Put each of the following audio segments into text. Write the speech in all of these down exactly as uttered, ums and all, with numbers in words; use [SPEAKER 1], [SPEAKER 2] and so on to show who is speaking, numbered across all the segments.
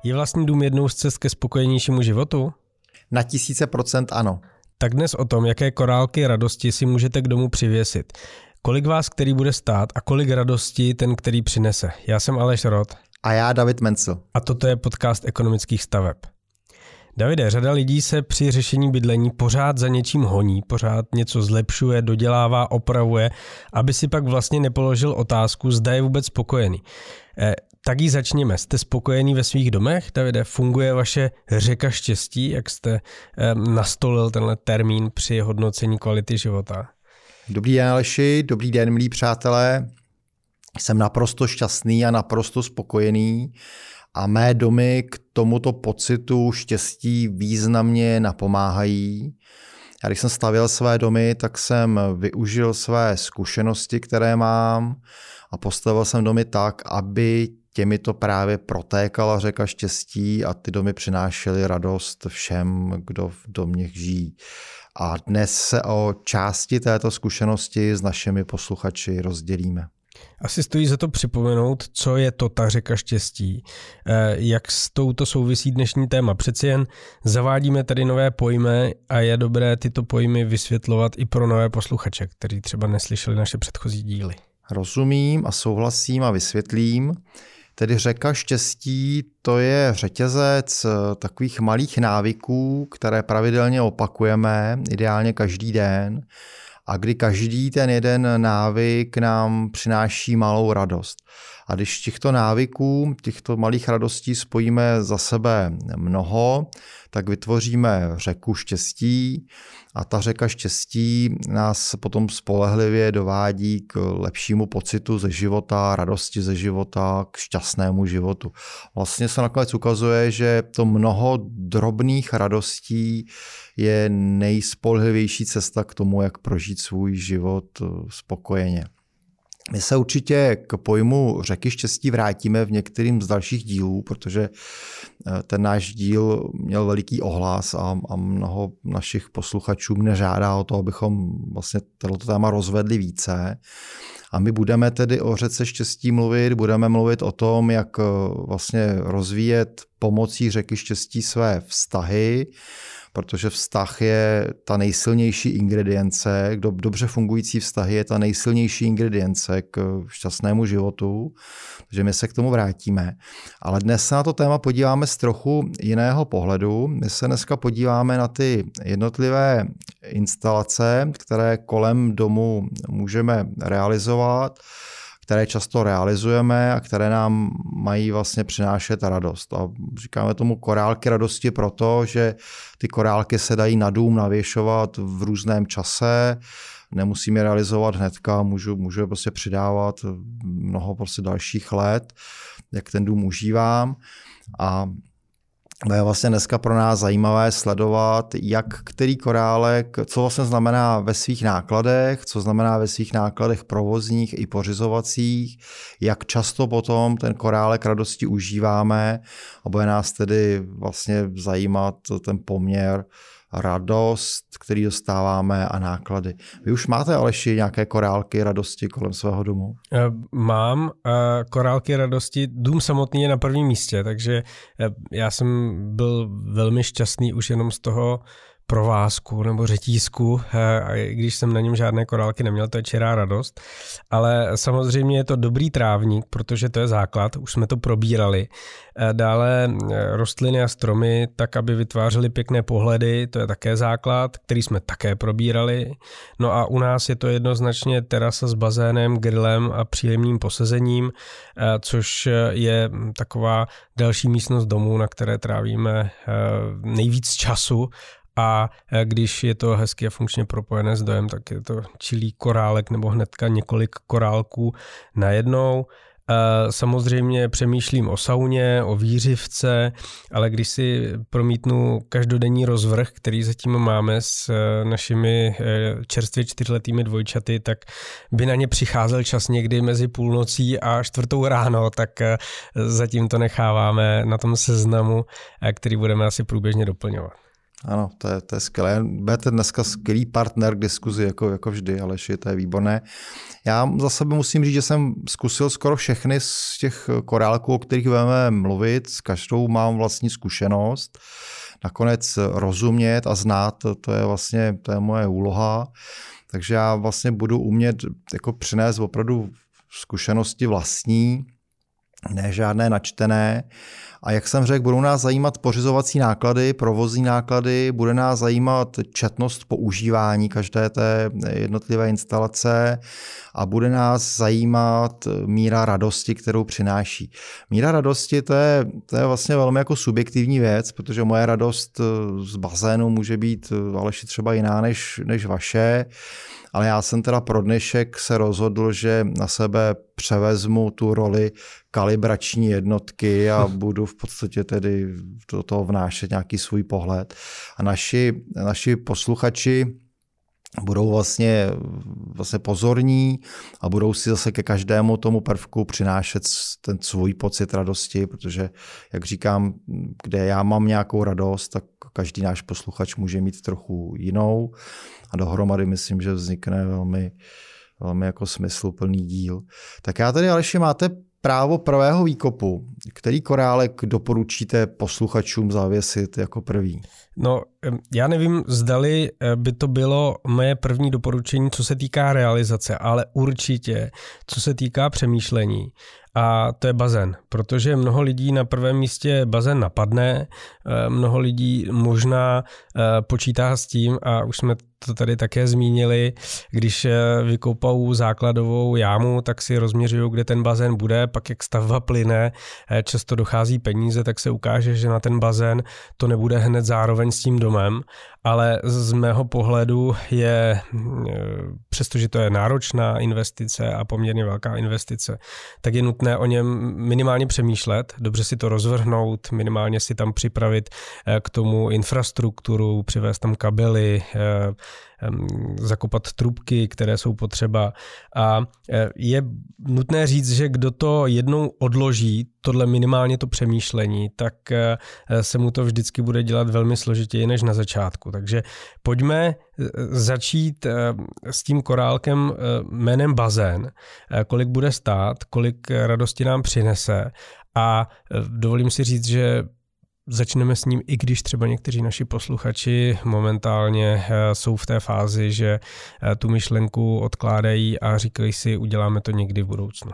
[SPEAKER 1] Je vlastní dům jednou z cest ke spokojenějšímu životu?
[SPEAKER 2] Na tisíce procent ano.
[SPEAKER 1] Tak dnes o tom, jaké korálky radosti si můžete k domu přivěsit. Kolik vás který bude stát a kolik radosti ten, který přinese. Já jsem Aleš Rod.
[SPEAKER 2] A já David Mencl.
[SPEAKER 1] A toto je podcast ekonomických staveb. Davide, řada lidí se při řešení bydlení pořád za něčím honí, pořád něco zlepšuje, dodělává, opravuje, aby si pak vlastně nepoložil otázku, zda je vůbec spokojený. Eh, tak ji začněme. Jste spokojený ve svých domech, Davide? Funguje vaše řeka štěstí, jak jste eh, nastolil tenhle termín při hodnocení kvality života?
[SPEAKER 2] Dobrý den, Aleši, dobrý den, milí přátelé. Jsem naprosto šťastný a naprosto spokojený a mé domy k tomuto pocitu štěstí významně napomáhají. Já když jsem stavěl své domy, tak jsem využil své zkušenosti, které mám a postavil jsem domy tak, aby těmito právě protékala řeka štěstí a ty domy přinášely radost všem, kdo v domě žijí. A dnes se o části této zkušenosti s našimi posluchači rozdělíme.
[SPEAKER 1] Asi stojí za to připomenout, co je to ta řeka štěstí, jak s touto souvisí dnešní téma. Přeci jen zavádíme tady nové pojmy a je dobré tyto pojmy vysvětlovat i pro nové posluchače, kteří třeba neslyšeli naše předchozí díly.
[SPEAKER 2] Rozumím a souhlasím a vysvětlím. Tedy řeka štěstí, to je řetězec takových malých návyků, které pravidelně opakujeme, ideálně každý den, a kdy každý ten jeden návyk nám přináší malou radost. A když těchto návyků, těchto malých radostí spojíme za sebe mnoho, tak vytvoříme řeku štěstí a ta řeka štěstí nás potom spolehlivě dovádí k lepšímu pocitu ze života, radosti ze života, k šťastnému životu. Vlastně se nakonec ukazuje, že to mnoho drobných radostí je nejspolehlivější cesta k tomu, jak prožít svůj život spokojeně. My se určitě k pojmu řeky štěstí vrátíme v některým z dalších dílů, protože ten náš díl měl veliký ohlas a, a mnoho našich posluchačů mě žádá o to, abychom vlastně toto téma rozvedli více. A my budeme tedy o řece štěstí mluvit, budeme mluvit o tom, jak vlastně rozvíjet pomocí řeky štěstí své vztahy, protože vztah je ta nejsilnější ingredience, dobře fungující vztahy je ta nejsilnější ingredience k šťastnému životu, takže my se k tomu vrátíme. Ale dnes se na to téma podíváme z trochu jiného pohledu. My se dneska podíváme na ty jednotlivé instalace, které kolem domu můžeme realizovat, které často realizujeme a které nám mají vlastně přinášet radost. A říkáme tomu korálky radosti proto, že ty korálky se dají na dům navěšovat v různém čase, nemusíme je realizovat hnedka, můžu, můžu je prostě přidávat mnoho prostě dalších let, jak ten dům užívám. A je vlastně dneska pro nás zajímavé sledovat, jak který korálek, co vlastně znamená ve svých nákladech, co znamená ve svých nákladech provozních i pořizovacích, jak často potom ten korálek radosti užíváme a bude nás tedy vlastně zajímat ten poměr radost, který dostáváme a náklady. Vy už máte, Aleši, nějaké korálky radosti kolem svého domu?
[SPEAKER 1] Mám korálky radosti. Dům samotný je na prvním místě, takže já jsem byl velmi šťastný už jenom z toho provázku nebo řetízku, i když jsem na něm žádné korálky neměl, to je čirá radost. Ale samozřejmě je to dobrý trávník, protože to je základ, už jsme to probírali. Dále rostliny a stromy, tak aby vytvářely pěkné pohledy, to je také základ, který jsme také probírali. No a u nás je to jednoznačně terasa s bazénem, grillem a příjemným posezením, což je taková další místnost domu, na které trávíme nejvíc času. A když je to hezky a funkčně propojené s dojem, tak je to čilý korálek nebo hnedka několik korálků najednou. Samozřejmě přemýšlím o sauně, o výřivce, ale když si promítnu každodenní rozvrh, který zatím máme s našimi čerstvě čtyřletými dvojčaty, tak by na ně přicházel čas někdy mezi půlnocí a čtvrtou ráno, tak zatím to necháváme na tom seznamu, který budeme asi průběžně doplňovat.
[SPEAKER 2] Ano, to je, to je skvělé. Budete dneska skvělý partner k diskuzi, jako, jako vždy, Aleši, to je výborné. Já za sebe musím říct, že jsem zkusil skoro všechny z těch korálků, o kterých budeme mluvit. S každou mám vlastní zkušenost. Nakonec rozumět a znát, to, to je vlastně to je moje úloha. Takže já vlastně budu umět jako přinést opravdu zkušenosti vlastní, ne žádné načtené. A jak jsem řekl, budou nás zajímat pořizovací náklady, provozní náklady, bude nás zajímat četnost používání každé té jednotlivé instalace a bude nás zajímat míra radosti, kterou přináší. Míra radosti to je, to je vlastně velmi jako subjektivní věc, protože moje radost z bazénu může být Aleši třeba jiná než, než vaše. Ale já jsem teda pro dnešek se rozhodl, že na sebe převezmu tu roli kalibrační jednotky a budu v podstatě tedy do toho vnášet nějaký svůj pohled. A naši, naši posluchači budou vlastně, vlastně pozorní a budou si zase ke každému tomu prvku přinášet ten svůj pocit radosti, protože, jak říkám, kde já mám nějakou radost, tak každý náš posluchač může mít trochu jinou a dohromady myslím, že vznikne velmi, velmi jako smysluplný díl. Tak já tady, Aleši, máte právo prvého výkopu. Který korálek doporučíte posluchačům zavěsit jako první?
[SPEAKER 1] No, já nevím, zdali by to bylo moje první doporučení, co se týká realizace, ale určitě, co se týká přemýšlení. A to je bazén, protože mnoho lidí na prvém místě bazén napadne, mnoho lidí možná počítá s tím, a už jsme to tady také zmínili, když vykoupou základovou jámu, tak si rozměřují, kde ten bazén bude, pak jak stavba plyne, často dochází peníze, tak se ukáže, že na ten bazén to nebude hned zároveň s tím domem, ale z mého pohledu je, přestože to je náročná investice a poměrně velká investice, tak je nutné o něm minimálně přemýšlet, dobře si to rozvrhnout, minimálně si tam připravit k tomu infrastrukturu, přivést tam kabely, zakopat trubky, které jsou potřeba. A je nutné říct, že kdo to jednou odloží, tohle minimálně to přemýšlení, tak se mu to vždycky bude dělat velmi složitěji než na začátku. Takže pojďme začít s tím korálkem jménem bazén, kolik bude stát, kolik radosti nám přinese a dovolím si říct, že začneme s ním, i když třeba někteří naši posluchači momentálně jsou v té fázi, že tu myšlenku odkládají a říkají si, uděláme to někdy v budoucnu.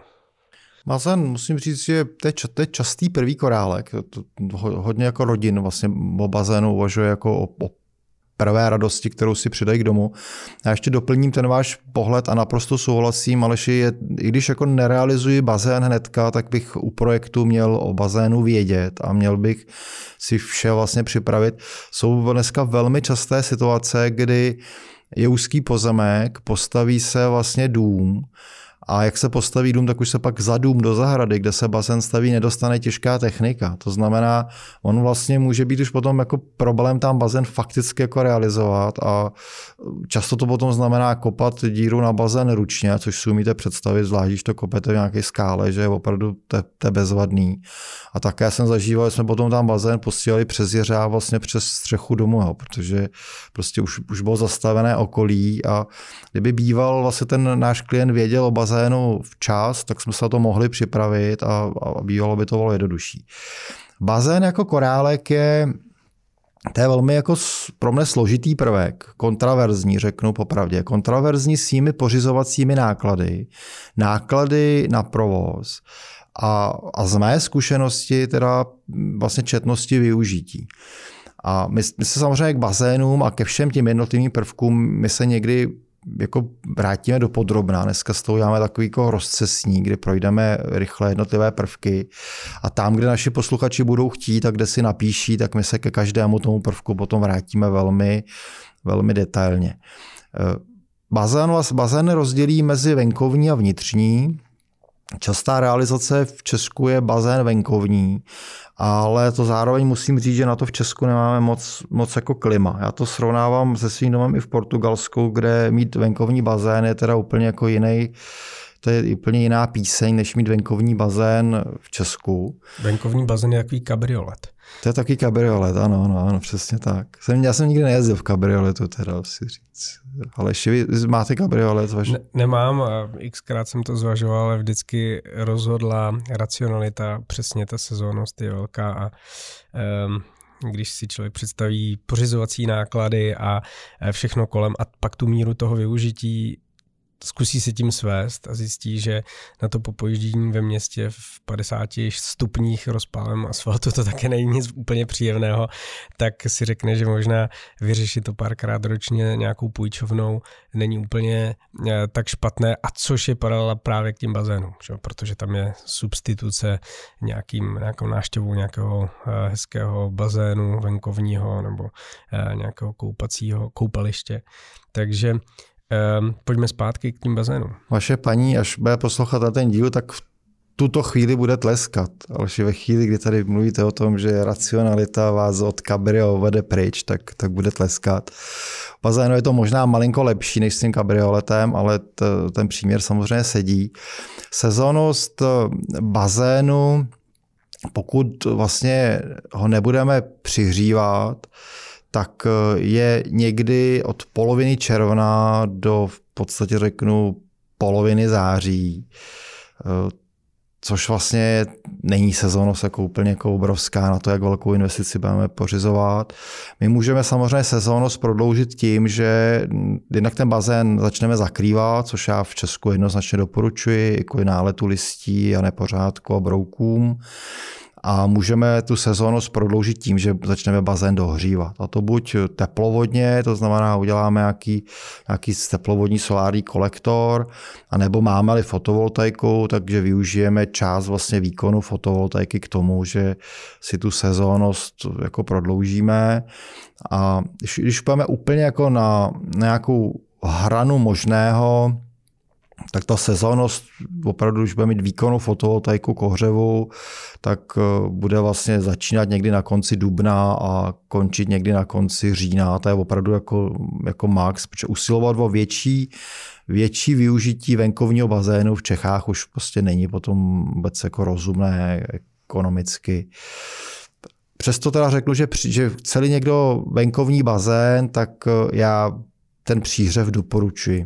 [SPEAKER 2] Bazén, musím říct, že to je častý první korálek. To hodně jako rodin vlastně o bazénu uvažuje jako o, o prvé radosti, kterou si přidají k domu. Já ještě doplním ten váš pohled a naprosto souhlasím, Aleši, je, i když jako nerealizuji bazén hnedka, tak bych u projektu měl o bazénu vědět a měl bych si vše vlastně připravit. Jsou dneska velmi časté situace, kdy je úzký pozemek, postaví se vlastně dům, a jak se postaví dům, tak už se pak za dům do zahrady, kde se bazén staví, nedostane těžká technika. To znamená, on vlastně může být už potom jako problém tam bazén fakticky jako realizovat a často to potom znamená kopat díru na bazén ručně, což si umíte představit, zvlášť když to kopete v nějaké skále, že je opravdu te, te bezvadný. A také jsem zažíval, že jsme potom tam bazén posílali přes jeřáb a vlastně přes střechu domu, jo, protože prostě už, už bylo zastavené okolí a kdyby býval vlastně ten náš klient věděl o bazénu včas, tak jsme se to mohli připravit a, a bývalo by to bylo jednodušší. Bazén jako korálek je, to je velmi jako pro mě složitý prvek, kontraverzní, řeknu popravdě, kontraverzní s svými pořizovacími náklady, náklady na provoz a, a z mé zkušenosti teda vlastně četnosti využití. A my, my se samozřejmě k bazénům a ke všem těm jednotlivým prvkům my se někdy jako vrátíme do podrobna. Dneska s tou děláme takový jako rozcesní, kde projdeme rychle jednotlivé prvky a tam, kde naši posluchači budou chtít a kde si napíší, tak my se ke každému tomu prvku potom vrátíme velmi, velmi detailně. Bazén, bazén rozdělí mezi venkovní a vnitřní. Častá realizace v Česku je bazén venkovní, ale to zároveň musím říct, že na to v Česku nemáme moc, moc jako klima. Já to srovnávám se svým domem i v Portugalsku, kde mít venkovní bazén je teda úplně jako jiný to je úplně jiná píseň, než mít venkovní bazén v Česku.
[SPEAKER 1] Venkovní bazén je takový kabriolet.
[SPEAKER 2] To je taky kabriolet, ano, ano, ano, přesně tak. Jsem, já jsem nikdy nejezdil v kabrioletu, teda si říct. Ale ještě vy máte kabriolet? Vaš...
[SPEAKER 1] Ne, nemám a xkrát jsem to zvažoval, ale vždycky rozhodla racionalita, přesně ta sezónnost je velká a um, když si člověk představí pořizovací náklady a všechno kolem a pak tu míru toho využití, zkusí se tím svést a zjistí, že na to popojíždění ve městě v padesáti stupních rozpálem asfaltu to také není nic úplně příjemného, tak si řekne, že možná vyřešit to párkrát ročně nějakou půjčovnou není úplně tak špatné, a což je paralela právě k tím bazénům, že? Protože tam je substituce nějakým, nějakou návštěvou nějakého hezkého bazénu venkovního nebo nějakého koupacího koupaliště. Takže Um, pojďme zpátky k tím bazénům.
[SPEAKER 2] Vaše paní, až bude poslouchat na ten díl, tak v tuto chvíli bude tleskat. Ale ve chvíli, kdy tady mluvíte o tom, že racionalita vás od kabrio vede pryč, tak, tak bude tleskat. V bazénu je to možná malinko lepší než s tím kabrioletem, ale t, ten příměr samozřejmě sedí. Sezónnost bazénu, pokud vlastně ho nebudeme přihřívat, tak je někdy od poloviny června do v podstatě řeknu poloviny září, což vlastně není sezónnost jako úplně jako obrovská na to, jak velkou investici budeme pořizovat. My můžeme samozřejmě sezónnost prodloužit tím, že jednak ten bazén začneme zakrývat, což já v Česku jednoznačně doporučuji, jako i náletu listí a nepořádku a broukům. A můžeme tu sezónnost prodloužit tím, že začneme bazén dohřívat. A to buď teplovodně, to znamená uděláme nějaký, nějaký teplovodní solární kolektor, anebo máme-li fotovoltaiku, takže využijeme část vlastně výkonu fotovoltaiky k tomu, že si tu sezónnost jako prodloužíme. A když, když půjdeme úplně jako na, na nějakou hranu možného, tak ta sezónnost, opravdu, když bude mít výkonnou fotovoltaiku k ohřevu, tak bude vlastně začínat někdy na konci dubna a končit někdy na konci října. To je opravdu jako, jako max, protože usilovat o větší, větší využití venkovního bazénu v Čechách už prostě není potom vůbec jako rozumné ekonomicky. Přesto teda řeknu, že, že celý někdo venkovní bazén, tak já ten příhřev doporučuji.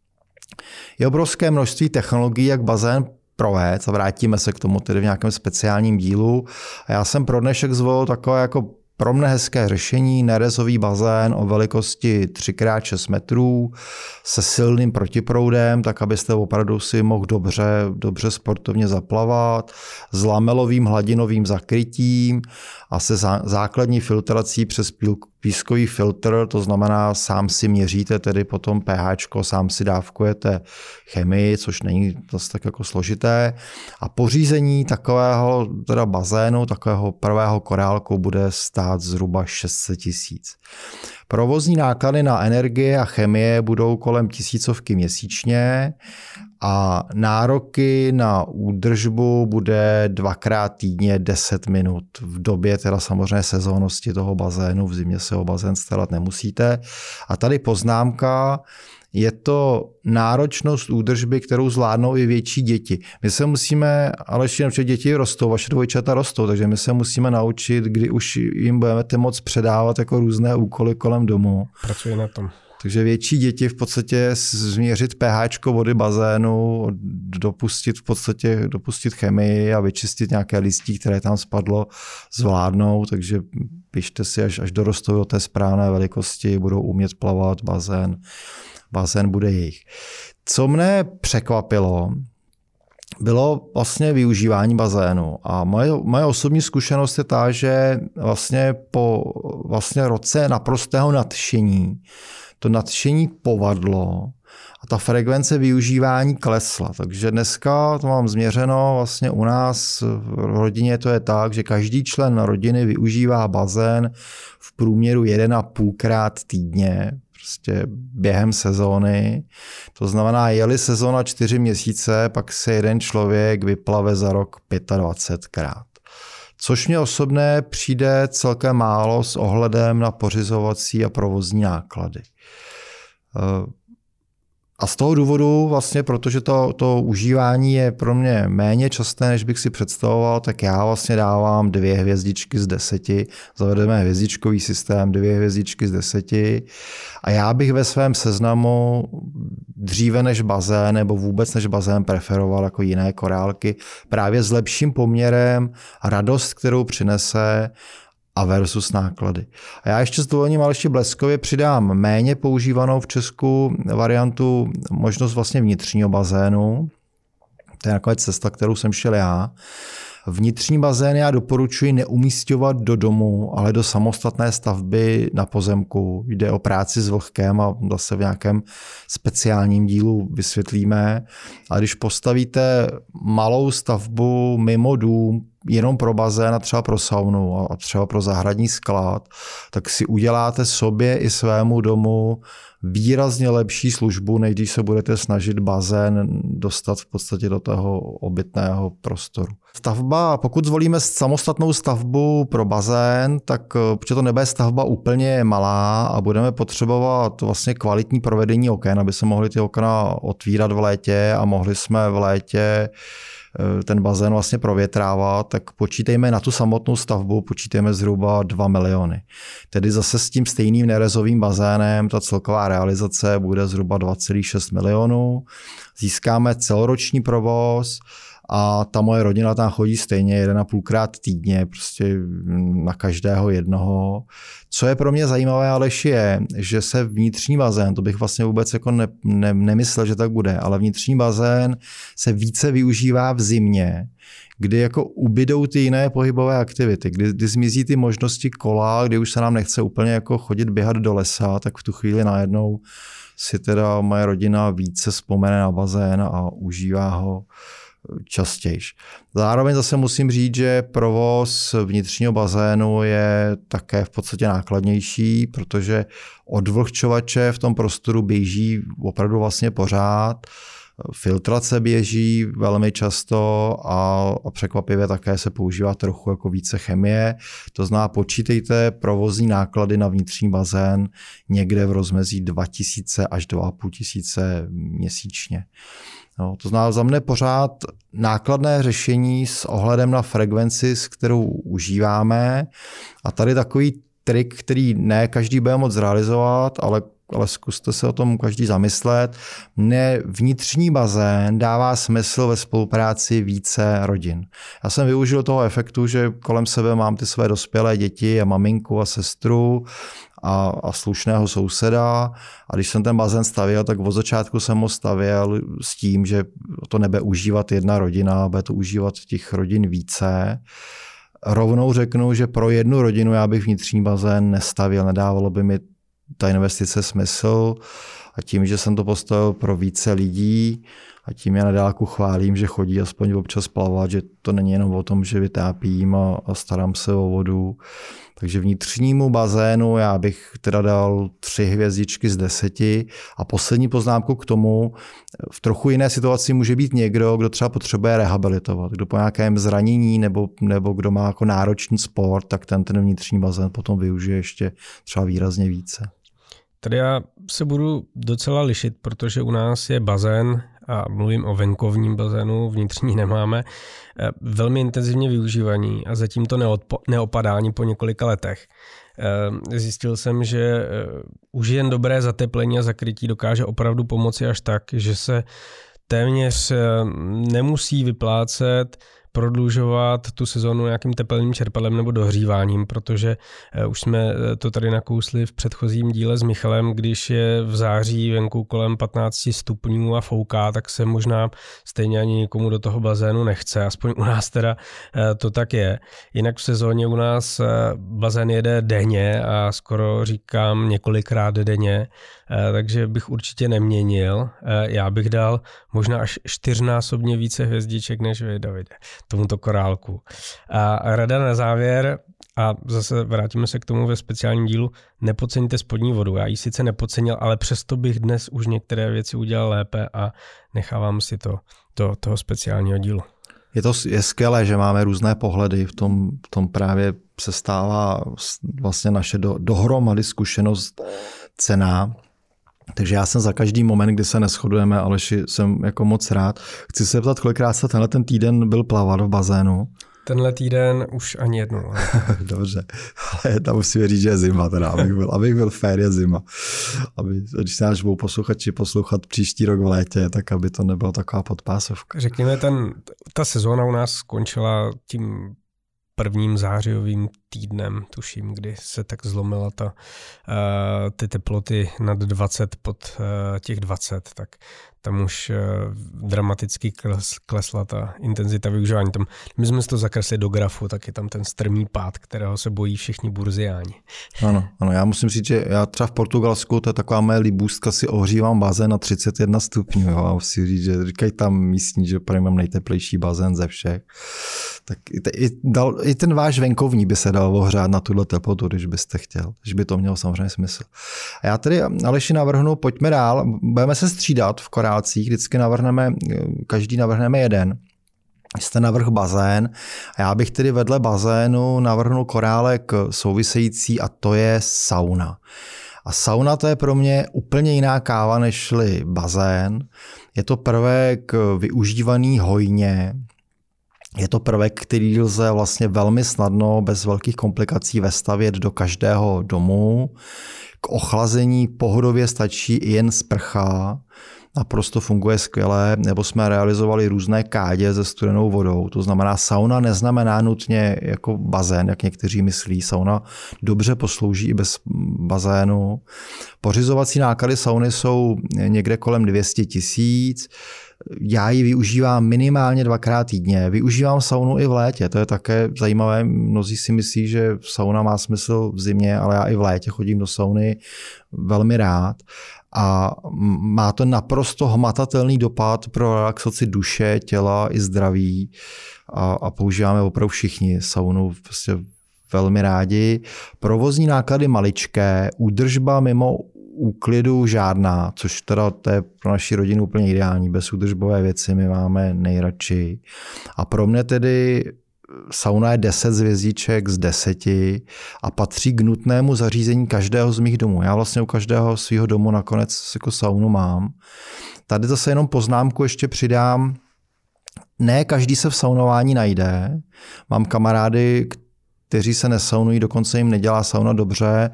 [SPEAKER 2] Je obrovské množství technologií, jak bazén provést, a vrátíme se k tomu tedy v nějakém speciálním dílu. A já jsem pro dnešek zvolil takové jako pro mne hezké řešení, nerezový bazén o velikosti tři krát šest metrů se silným protiproudem, tak abyste opravdu si mohl dobře, dobře sportovně zaplavat, s lamelovým hladinovým zakrytím a se základní filtrací přes pískový filtr, to znamená, sám si měříte tedy potom pH, sám si dávkujete chemii, což není zase tak jako složité. A pořízení takového teda bazénu, takového prvého korálku bude stát zhruba šest set tisíc. Provozní náklady na energie a chemie budou kolem tisícovky měsíčně a nároky na údržbu bude dvakrát týdně deset minut. V době teda samozřejmě sezónnosti toho bazénu, v zimě se o bazén starat nemusíte. A tady poznámka, je to náročnost údržby, kterou zvládnou i větší děti. My se musíme, ale ještě že děti rostou, vaše dvojčata rostou, takže my se musíme naučit, kdy už jim budeme moc předávat jako různé úkoly kolem domu.
[SPEAKER 1] Pracuji na tom.
[SPEAKER 2] Takže větší děti v podstatě změřit pH vody bazénu, dopustit v podstatě dopustit chemii a vyčistit nějaké listí, které tam spadlo, zvládnou, takže pište si, až, až dorostou do té správné velikosti, budou umět plavat bazén. Bazén bude jejich. Co mne překvapilo, bylo vlastně využívání bazénu. A moje, moje osobní zkušenost je ta, že vlastně po vlastně roce naprostého nadšení to nadšení povadlo a ta frekvence využívání klesla. Takže dneska to mám změřeno, vlastně u nás v rodině to je tak, že každý člen rodiny využívá bazén v průměru jeden a půlkrát týdně, prostě během sezóny. To znamená, je-li sezóna čtyři měsíce, pak se jeden člověk vyplave za rok dvacetpětkrát. Což mě osobně přijde celkem málo s ohledem na pořizovací a provozní náklady. A z toho důvodu vlastně, protože to, to užívání je pro mě méně časté, než bych si představoval, tak já vlastně dávám dvě hvězdičky z deseti. Zavedeme hvězdičkový systém, dvě hvězdičky z deseti. A já bych ve svém seznamu dříve než bazén nebo vůbec než bazén preferoval jako jiné korálky právě s lepším poměrem radost, kterou přinese a versus náklady. A já ještě s dovolením ale ještě bleskově přidám méně používanou v Česku variantu možnost vlastně vnitřního bazénu. To je nakonec cesta, kterou jsem šel já. Vnitřní bazén já doporučuji neumísťovat do domu, ale do samostatné stavby na pozemku. Jde o práci s vlhkem a zase v nějakém speciálním dílu vysvětlíme. A když postavíte malou stavbu mimo dům, jenom pro bazén a třeba pro saunu a třeba pro zahradní sklad, tak si uděláte sobě i svému domu výrazně lepší službu, než když se budete snažit bazén dostat v podstatě do toho obytného prostoru. Stavba, pokud zvolíme samostatnou stavbu pro bazén, tak protože to nebude stavba úplně malá a budeme potřebovat vlastně kvalitní provedení oken, aby se mohly ty okna otvírat v létě a mohli jsme v létě ten bazén vlastně provětrávat, tak počítejme na tu samotnou stavbu, počítejme zhruba dva miliony. Tedy zase s tím stejným nerezovým bazénem ta celková realizace bude zhruba dva celá šest milionů. Získáme celoroční provoz a ta moje rodina tam chodí stejně jeden a půlkrát týdně, prostě na každého jednoho. Co je pro mě zajímavé, Aleši, je, že se vnitřní bazén, to bych vlastně vůbec jako ne, ne, nemyslel, že tak bude, ale vnitřní bazén se více využívá v zimě, kdy jako ubydou ty jiné pohybové aktivity, kdy, kdy zmizí ty možnosti kola, kdy už se nám nechce úplně jako chodit běhat do lesa, tak v tu chvíli najednou si teda moje rodina více vzpomene na bazén a užívá ho častějš. Zároveň zase musím říct, že provoz vnitřního bazénu je také v podstatě nákladnější, protože odvlhčovače v tom prostoru běží opravdu vlastně pořád, filtrace běží velmi často a, a překvapivě také se používá trochu jako více chemie. To znamená, počítejte provozní náklady na vnitřní bazén někde v rozmezí dva tisíce až dva a půl tisíce měsíčně. No, to znamená za mne pořád nákladné řešení s ohledem na frekvenci, s kterou užíváme. A tady takový trik, který ne každý bude moc zrealizovat, ale, ale zkuste se o tom každý zamyslet. Mne vnitřní bazén dává smysl ve spolupráci více rodin. Já jsem využil toho efektu, že kolem sebe mám ty své dospělé děti a maminku a sestru a, a slušného souseda. A když jsem ten bazén stavěl, tak od začátku jsem ho stavěl s tím, že to nebude užívat jedna rodina, bude to užívat těch rodin více. Rovnou řeknu, že pro jednu rodinu já bych vnitřní bazén nestavěl, nedávalo by mi ta investice smysl a tím, že jsem to postavil pro více lidí a tím já na dálku chválím, že chodí aspoň občas plavat, že to není jenom o tom, že vytápím a, a starám se o vodu. Takže vnitřnímu bazénu já bych teda dal tři hvězdičky z deseti a poslední poznámku k tomu, v trochu jiné situaci může být někdo, kdo třeba potřebuje rehabilitovat, kdo po nějakém zranění nebo, nebo kdo má jako náročný sport, tak ten, ten vnitřní bazén potom využije ještě třeba výrazně více.
[SPEAKER 1] Tady já se budu docela lišit, protože u nás je bazén, a mluvím o venkovním bazénu, vnitřní nemáme, velmi intenzivně využívaný a zatím to neodpo, neopadá ani po několika letech. Zjistil jsem, že už jen dobré zateplení a zakrytí dokáže opravdu pomoci až tak, že se téměř nemusí vyplácet prodlužovat tu sezonu nějakým tepelným čerpadlem nebo dohříváním, protože už jsme to tady nakousli v předchozím díle s Michalem, když je v září venku kolem patnáct stupňů a fouká, tak se možná stejně ani nikomu do toho bazénu nechce, aspoň u nás teda to tak je. Jinak v sezóně u nás bazén jede denně a skoro říkám několikrát denně, takže bych určitě neměnil. Já bych dal možná až čtyřnásobně více hvězdiček než vy, Davide, tomuto korálku. A rada na závěr, a zase vrátíme se k tomu ve speciálním dílu, nepodceňte spodní vodu. Já ji sice nepodcenil, ale přesto bych dnes už některé věci udělal lépe a nechávám si to do toho speciálního dílu.
[SPEAKER 2] Je to je skvělé, že máme různé pohledy, v tom, v tom právě se stává vlastně naše do, dohromady zkušenost cenná. Takže já jsem za každý moment, kdy se neshodujeme, Aleši, jsem jako moc rád. Chci se zeptat, kolikrát jste tenhle ten týden byl plavat v bazénu?
[SPEAKER 1] Tenhle týden už ani jednou.
[SPEAKER 2] Dobře, ale tam musíme říct, že je zima, teda, abych byl, abych byl fair, je zima. Aby, když se náš budou posluchači poslouchat příští rok v létě, tak aby to nebylo taková podpásovka.
[SPEAKER 1] Řekněme, ten, ta sezóna u nás skončila tím prvním zářijovým týdnem, tuším, kdy se tak zlomila ta, uh, ty teploty nad dvacet pod uh, těch dvacet, tak tam už uh, dramaticky kles, klesla ta intenzita využívání. Tam, my jsme si to zakreslili do grafu, tak je tam ten strmý pád, kterého se bojí všichni burziáni.
[SPEAKER 2] Ano, ano, já musím říct, že já třeba v Portugalsku, to je taková moje libůstka, si ohřívám bazén na třicet jedna stupňů. Jo, a musím říct, že říkají tam místní, že prý mám nejteplejší bazén ze všech. Tak i, i, dal, i ten váš venkovní by se dal ohřát na tuhle teplotu, když byste chtěl. Když by to mělo samozřejmě smysl. A já tedy, Aleši, navrhnu, pojďme dál. Budeme se střídat v korálcích. Vždycky navrhneme, každý navrhneme jeden. Jste navrhl bazén a já bych tedy vedle bazénu navrhnul korálek související a to je sauna. A sauna to je pro mě úplně jiná káva nežli bazén. Je to prvek využívaný hojně. Je to prvek, který lze vlastně velmi snadno, bez velkých komplikací vestavět do každého domu. K ochlazení pohodově stačí i jen sprcha. Naprosto funguje skvěle, nebo jsme realizovali různé kádě se studenou vodou. To znamená, sauna neznamená nutně jako bazén, jak někteří myslí. Sauna dobře poslouží i bez bazénu. Pořizovací náklady sauny jsou někde kolem dvě stě tisíc. Já ji využívám minimálně dvakrát týdně. Využívám saunu i v létě, to je také zajímavé. Mnozí si myslí, že sauna má smysl v zimě, ale já i v létě chodím do sauny velmi rád. A má to naprosto hmatatelný dopad pro relaxaci duše, těla i zdraví. A, a používáme opravdu všichni saunu prostě velmi rádi. Provozní náklady maličké, údržba mimo úklidu žádná, což teda to je pro naši rodinu úplně ideální. Bez údržbové věci my máme nejradši. A pro mě tedy sauna je deset hvězdiček z deseti a patří k nutnému zařízení každého z mých domů. Já vlastně u každého svého domu nakonec jako saunu mám. Tady zase jenom poznámku ještě přidám. Ne každý se v saunování najde. Mám kamarády, kteří se nesaunují, dokonce jim nedělá sauna dobře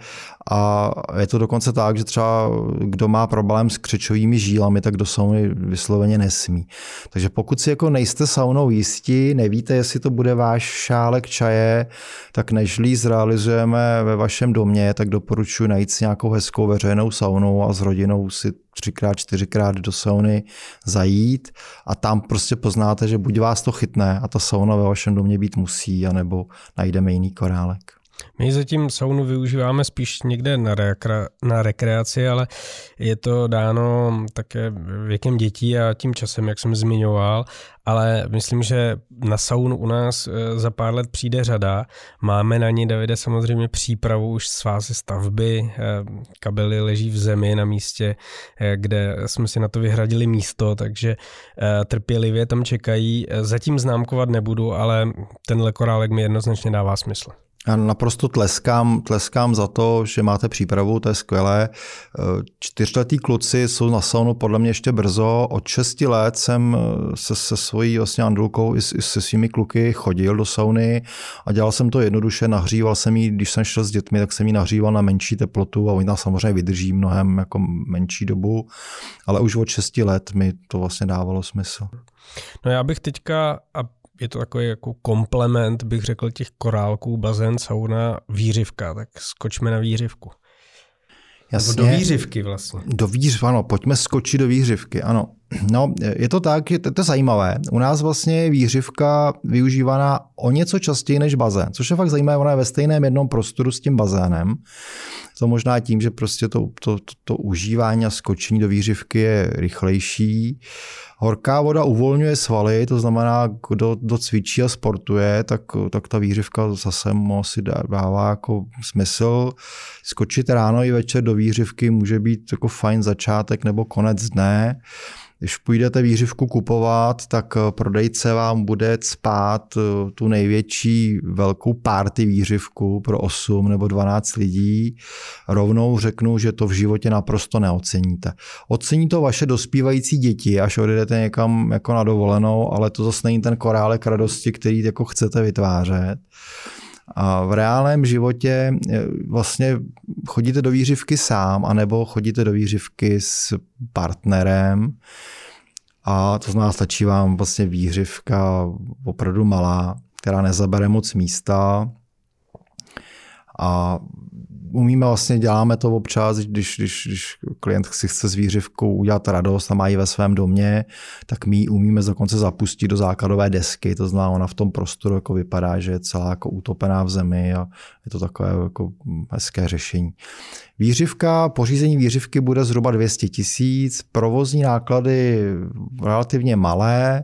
[SPEAKER 2] a je to dokonce tak, že třeba kdo má problém s křečovými žílami, tak do sauny vysloveně nesmí. Takže pokud si jako nejste saunou jistí, nevíte, jestli to bude váš šálek čaje, tak nežli zrealizujeme ve vašem domě, tak doporučuji najít si nějakou hezkou veřejnou saunu a s rodinou si třikrát, čtyřikrát do sauny zajít a tam prostě poznáte, že buď vás to chytne a ta sauna ve vašem domě být musí, anebo najdeme jiný korálek.
[SPEAKER 1] My zatím saunu využíváme spíš někde na, rekre, na rekreaci, ale je to dáno také věkem dětí a tím časem, jak jsem zmiňoval, ale myslím, že na saunu u nás za pár let přijde řada. Máme na ní, Davide, samozřejmě přípravu už z fáze stavby. Kabely leží v zemi na místě, kde jsme si na to vyhradili místo, takže trpělivě tam čekají. Zatím známkovat nebudu, ale tenhle korálek mi jednoznačně dává smysl.
[SPEAKER 2] Já naprosto tleskám, tleskám za to, že máte přípravu, to je skvělé. Čtyřletí kluci jsou na saunu podle mě ještě brzo. Od šesti let jsem se, se svojí vlastně Andulkou i, i se svými kluky chodil do sauny a dělal jsem to jednoduše, nahříval jsem jí, když jsem šel s dětmi, tak jsem ji nahříval na menší teplotu a oni tam samozřejmě vydrží mnohem jako menší dobu, ale už od šesti let mi to vlastně dávalo smysl.
[SPEAKER 1] No já bych teďka, a je to takový jako komplement, bych řekl, těch korálků, bazén, sauna, výřivka, tak skočme na výřivku.
[SPEAKER 2] Jasně.
[SPEAKER 1] Nebo do výřivky vlastně.
[SPEAKER 2] Do výřivky, ano, pojďme skočit do výřivky, ano. No, je to tak, je to, to je zajímavé. U nás vlastně je výřivka využívaná o něco častěji než bazén, což je fakt zajímavé, ona je ve stejném jednom prostoru s tím bazénem. To možná tím, že prostě to, to, to, to užívání a skočení do výřivky je rychlejší. Horká voda uvolňuje svaly, to znamená, kdo, kdo cvičí a sportuje, tak, tak ta výřivka zase mu si dává jako smysl. Skočit ráno i večer do výřivky může být jako fajn začátek nebo konec dne. Když půjdete výřivku kupovat, tak prodejce vám bude cpát tu největší velkou party výřivku pro osm nebo dvanáct lidí. Rovnou řeknu, že to v životě naprosto neoceníte. Ocení to vaše dospívající děti, až odjedete někam jako na dovolenou, ale to zase není ten korálek radosti, který jako chcete vytvářet. A v reálném životě vlastně chodíte do výřivky sám, anebo chodíte do výřivky s partnerem a to znamená, stačí vám vlastně výřivka opravdu malá, která nezabere moc místa a umíme vlastně, děláme to občas, když, když, když klient si chce s výřivkou udělat radost a má ji ve svém domě, tak my ji umíme dokonce zapustit do základové desky, to znamená, ona v tom prostoru jako vypadá, že je celá jako utopená v zemi a je to takové jako hezké řešení. Výřivka, pořízení výřivky bude zhruba dvě stě tisíc, provozní náklady relativně malé,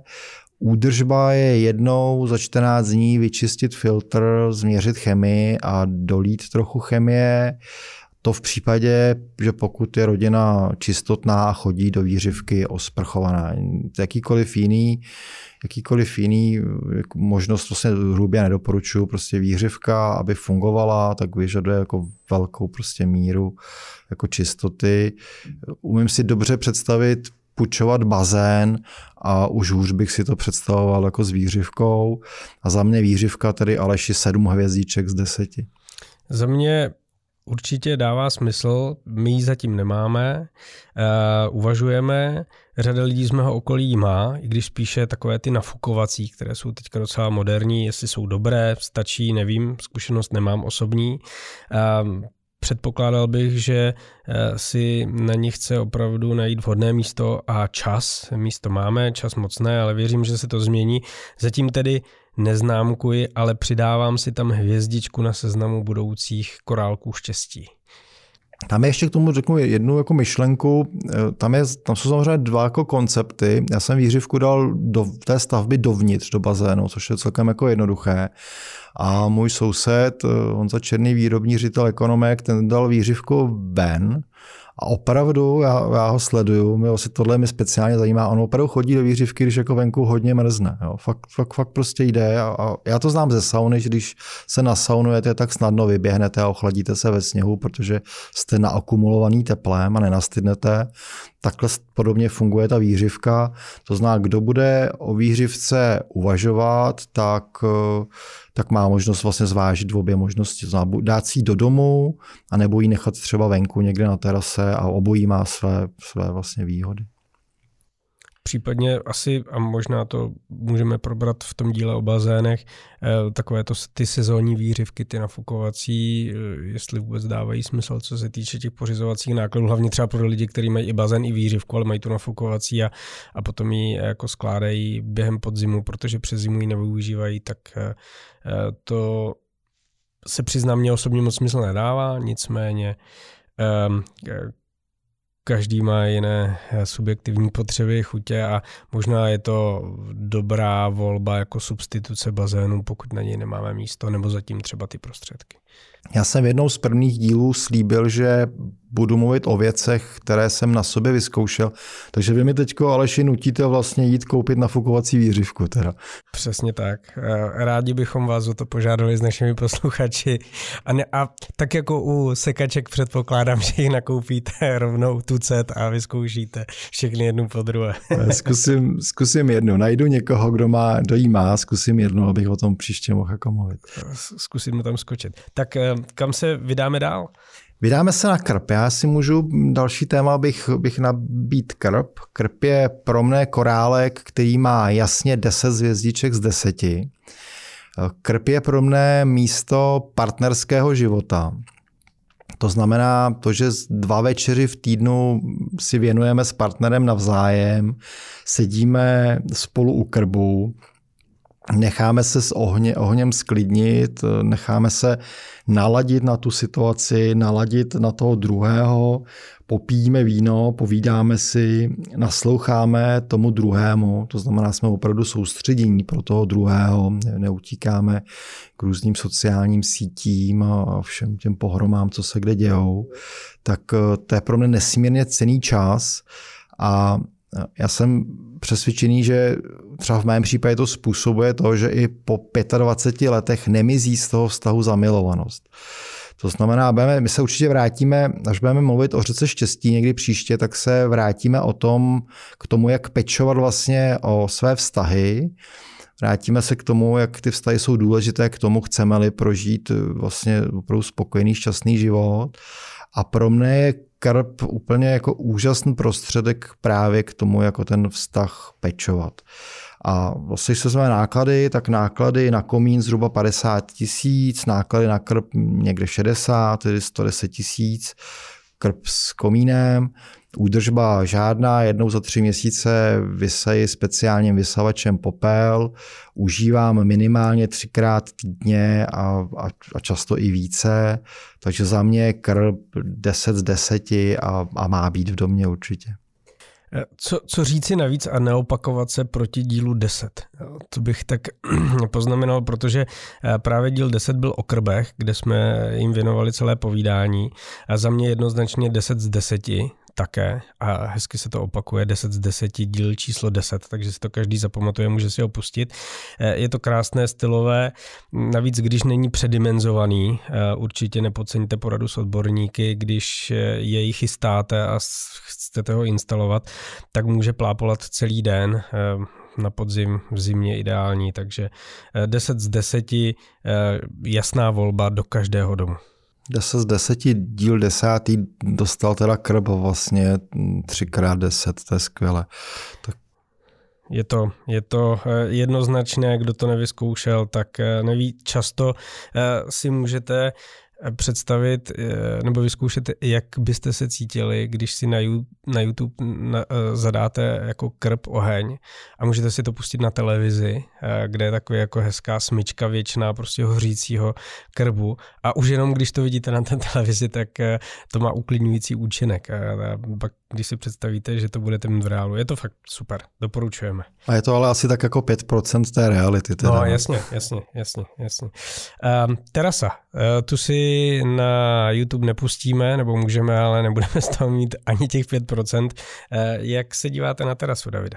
[SPEAKER 2] údržba je jednou za čtrnáct dní vyčistit filtr, změřit chemii a dolít trochu chemie. To v případě, že pokud je rodina čistotná a chodí do výřivky osprchovaná. Jakýkoliv jiný, jakýkoliv jiný možnost vlastně hrubě nedoporučuju. Prostě výřivka, aby fungovala, tak vyžaduje jako velkou prostě míru jako čistoty. Umím si dobře představit půjčovat bazén a už hůř bych si to představoval jako s výřivkou. A za mě výřivka tedy Aleši sedm hvězdíček z deseti.
[SPEAKER 1] Za mě určitě dává smysl, my ji zatím nemáme, uh, uvažujeme, řada lidí z mého okolí ji má, i když spíše takové ty nafukovací, které jsou teďka docela moderní, jestli jsou dobré, stačí, nevím, zkušenost nemám osobní. Uh, Předpokládal bych, že si na ní chce opravdu najít vhodné místo a čas. Místo máme, čas moc ne, ale věřím, že se to změní. Zatím tedy neznámkuji, ale přidávám si tam hvězdičku na seznamu budoucích korálků štěstí.
[SPEAKER 2] Tam ještě k tomu řeknu jednu jako myšlenku. Tam, je, tam jsou samozřejmě dva jako koncepty. Já jsem výřivku dal do té stavby dovnitř, do bazénu, což je celkem jako jednoduché. A můj soused, on za černý výrobní ředitel ekonomek, ten dal výřivku ven. A opravdu, já, já ho sleduju, mě vlastně tohle mi speciálně zajímá, on opravdu chodí do výřivky, když jako venku hodně mrzne. Jo. Fakt, fakt, fakt prostě jde. A, a já to znám ze sauny, že když se nasaunujete, tak snadno vyběhnete a ochladíte se ve sněhu, protože jste naakumulovaný teplem a nenastydnete. Takhle podobně funguje ta výřivka. To znamená, kdo bude o výřivce uvažovat, tak, tak má možnost vlastně zvážit obě možnosti. To znamená, dát si ji do domu, anebo ji nechat třeba venku někde na terase a obojí má své, své vlastně výhody.
[SPEAKER 1] Případně asi, a možná to můžeme probrat v tom díle o bazénech, takové to ty sezónní výřivky, ty nafukovací, jestli vůbec dávají smysl, co se týče těch pořizovacích nákladů, hlavně třeba pro lidi, kteří mají i bazén, i výřivku, ale mají tu nafukovací a, a potom ji jako skládají během podzimu, protože přes zimu ji nevyužívají, tak to se přiznám, mě osobně moc smysl nedává, nicméně um, každý má jiné subjektivní potřeby, chutě a možná je to dobrá volba jako substituce bazénu, pokud na něj nemáme místo, nebo zatím třeba ty prostředky.
[SPEAKER 2] Já jsem jednou z prvních dílů slíbil, že budu mluvit o věcech, které jsem na sobě vyzkoušel. Takže vy mi teďko, Aleši, nutíte vlastně jít koupit nafukovací výřivku. Teda.
[SPEAKER 1] Přesně tak. Rádi bychom vás o to požádali s našimi posluchači. A, ne, a tak jako u sekaček předpokládám, že ji nakoupíte rovnou tucet a vyzkoušíte všechny jednu po druhé.
[SPEAKER 2] Zkusím, zkusím jednu. Najdu někoho, kdo, má, kdo jí má, zkusím jednu, abych o tom příště mohl jako mluvit.
[SPEAKER 1] Zkusím mu tam skočit. Tak kam se vydáme dál?
[SPEAKER 2] Vydáme se na krp. Já si můžu, další téma bych, bych nabít krp. Krp je pro mne korálek, který má jasně deset hvězdiček z deseti. Krp je pro mne místo partnerského života. To znamená to, že dva večery v týdnu si věnujeme s partnerem navzájem, sedíme spolu u krbu, necháme se s ohně, ohněm sklidnit, necháme se naladit na tu situaci, naladit na toho druhého, popijeme víno, povídáme si, nasloucháme tomu druhému, to znamená, jsme opravdu soustředění pro toho druhého, neutíkáme k různým sociálním sítím a všem těm pohromám, co se kde dějou, tak to je pro mě nesmírně cenný čas a Já jsem přesvědčený, že třeba v mém případě to způsobuje to, že i po dvaceti pěti letech nemizí z toho vztahu zamilovanost. To znamená, my se určitě vrátíme, až budeme mluvit o řece štěstí někdy příště, tak se vrátíme o tom, k tomu, jak pečovat vlastně o své vztahy. Vrátíme se k tomu, jak ty vztahy jsou důležité k tomu, chceme-li prožít vlastně opravdu spokojený, šťastný život. A pro mě je krb úplně jako úžasný prostředek právě k tomu, jako ten vztah pečovat. A vlastně, když se vezmeme náklady, tak náklady na komín zhruba padesát tisíc, náklady na krb někde šedesát, tedy sto deset tisíc, krb s komínem, údržba žádná, jednou za tři měsíce vyseji speciálním vysavačem popel, užívám minimálně třikrát týdně a, a, a často i více, takže za mě krb deset z deseti a, a má být v domě určitě.
[SPEAKER 1] Co, co říci navíc a neopakovat se proti dílu deset? To bych tak poznamenal, protože právě díl deset byl o krbech, kde jsme jim věnovali celé povídání a za mě jednoznačně deset z deseti také a hezky se to opakuje, deset z deseti, díl číslo deset, takže si to každý zapamatuje, může si ho pustit. Je to krásné, stylové, navíc když není předimenzovaný, určitě nepodceňte poradu s odborníky, když jej chystáte a chcete ho instalovat, tak může plápolat celý den, na podzim, v zimě ideální, takže deset z deseti, jasná volba do každého domu.
[SPEAKER 2] deset z deseti, díl desátý dostal teda krb vlastně tři krát deset, to je skvělé. Tak...
[SPEAKER 1] Je to, je to jednoznačné, kdo to nevyzkoušel, tak neví. Často si můžete představit nebo vyzkoušet, jak byste se cítili, když si na, na YouTube na, zadáte jako krb oheň a můžete si to pustit na televizi, kde je taková jako hezká smyčka věčná prostě hořícího krbu a už jenom když to vidíte na té televizi, tak to má uklidňující účinek. A pak když si představíte, že to budete mít v reálu, je to fakt super, doporučujeme.
[SPEAKER 2] A je to ale asi tak jako pět procent té reality. Teda.
[SPEAKER 1] No jasně, jasně, jasně, jasně. Um, terasa, uh, tu si na YouTube nepustíme, nebo můžeme, ale nebudeme z toho mít ani těch pět procent. Uh, jak se díváte na terasu, Davide?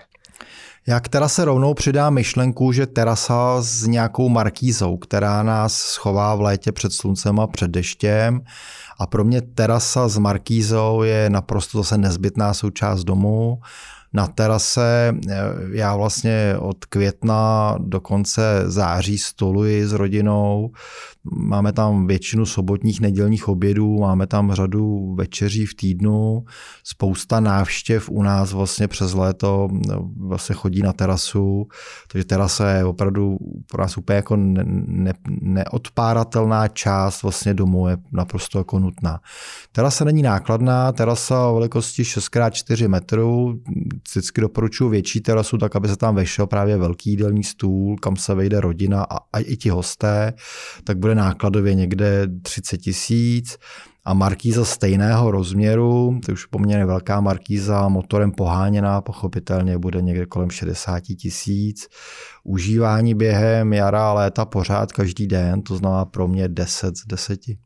[SPEAKER 2] Já k terase rovnou přidám myšlenku, že terasa s nějakou markízou, která nás schová v létě před sluncem a před deštěm. A pro mě terasa s markízou je naprosto zase nezbytná součást domu. Na terase já vlastně od května do konce září stoluji s rodinou. Máme tam většinu sobotních, nedělních obědů, máme tam řadu večeří v týdnu, spousta návštěv u nás vlastně přes léto vlastně chodí na terasu, takže terasa je opravdu pro nás úplně jako ne, ne, neodpáratelná část vlastně domu, je naprosto jako nutná. Terasa není nákladná, terasa o velikosti šest krát čtyři metrů, vždycky doporučuji větší terasu, tak aby se tam vešel právě velký jídelní stůl, kam se vejde rodina a, a i ti hosté, tak bude nákladově někde třicet tisíc a markíza stejného rozměru, to už poměrně velká markíza, motorem poháněná, pochopitelně bude někde kolem šedesát tisíc. Užívání během jara a léta pořád každý den, to znamená pro mě deset z deseti.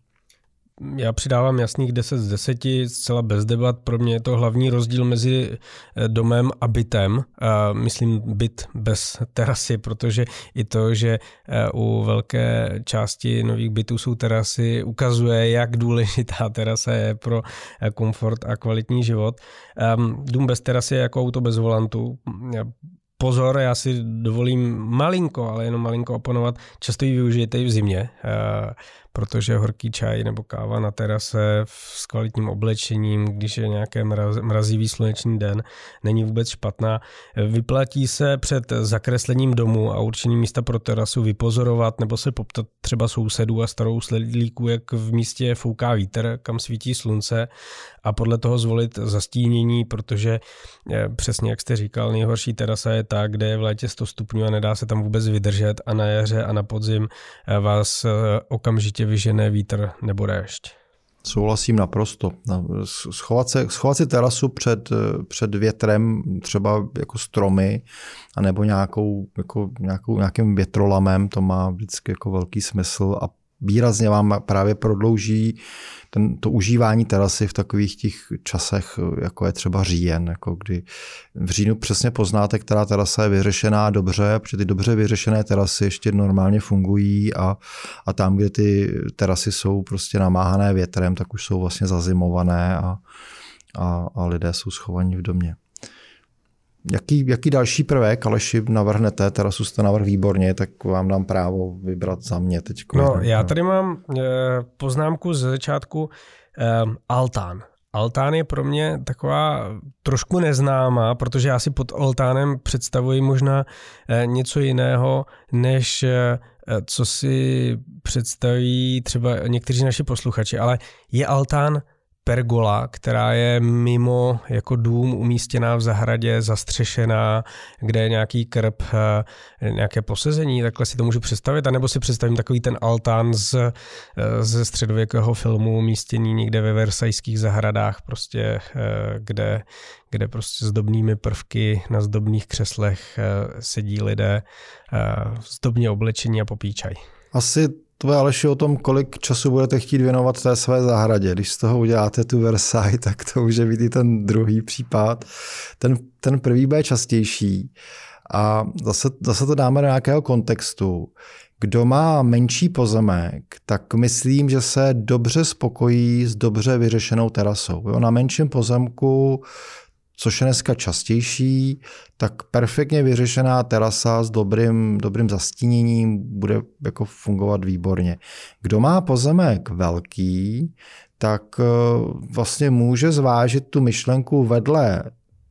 [SPEAKER 1] Já přidávám jasných deset z deseti, zcela bez debat. Pro mě je to hlavní rozdíl mezi domem a bytem. Myslím byt bez terasy, protože i to, že u velké části nových bytů jsou terasy, ukazuje, jak důležitá terasa je pro komfort a kvalitní život. Dům bez terasy je jako auto bez volantu. Pozor, já si dovolím malinko, ale jenom malinko oponovat. Často ji využijete i v zimě, protože horký čaj nebo káva na terase s kvalitním oblečením, když je nějaký mraz, mrazivý slunečný den, není vůbec špatná. Vyplatí se před zakreslením domu a určením místa pro terasu vypozorovat nebo se poptat třeba sousedů a starou sledlíků, jak v místě fouká vítr, kam svítí slunce a podle toho zvolit zastínění, protože přesně jak jste říkal, nejhorší terasa je ta, kde je v létě sto stupňů a nedá se tam vůbec vydržet a na jaře a na podzim vás okamžitě vyžene vítr nebo déšť.
[SPEAKER 2] Souhlasím naprosto. Schovat, se, schovat si terasu před, před větrem, třeba jako stromy, anebo nějakou, jako, nějakou, nějakým větrolamem, to má vždycky jako velký smysl a výrazně vám právě prodlouží ten, to užívání terasy v takových těch časech, jako je třeba říjen, jako kdy v říjnu přesně poznáte, která terasa je vyřešená dobře, protože ty dobře vyřešené terasy ještě normálně fungují a, a tam, kde ty terasy jsou prostě namáhané větrem, tak už jsou vlastně zazimované a, a, a lidé jsou schovaní v domě. Jaký, jaký další prvek, Aleši, navrhnete? Terasu jste navrhl výborně, tak vám dám právo vybrat za mě teď.
[SPEAKER 1] No, já tady mám e, poznámku ze začátku e, altán. Altán je pro mě taková trošku neznámá, protože já si pod altánem představuji možná e, něco jiného, než e, co si představí třeba někteří naši posluchači, ale je altán pergola, která je mimo jako dům umístěná v zahradě, zastřešená, kde je nějaký krb, nějaké posezení, takhle si to můžu představit, anebo si představím takový ten altán z, ze středověkého filmu umístěný někde ve versajských zahradách, prostě, kde, kde prostě zdobnými prvky na zdobných křeslech sedí lidé zdobně oblečení a popíjí čaj.
[SPEAKER 2] Asi to je, Aleši, o tom, kolik času budete chtít věnovat té své zahradě. Když z toho uděláte tu Versailles, tak to může být i ten druhý případ. Ten, ten první bude častější. A zase, zase to dáme do nějakého kontextu. Kdo má menší pozemek, tak myslím, že se dobře spokojí s dobře vyřešenou terasou. Jo, na menším pozemku, což je dneska častější, tak perfektně vyřešená terasa s dobrým, dobrým zastíněním bude jako fungovat výborně. Kdo má pozemek velký, tak vlastně může zvážit tu myšlenku vedle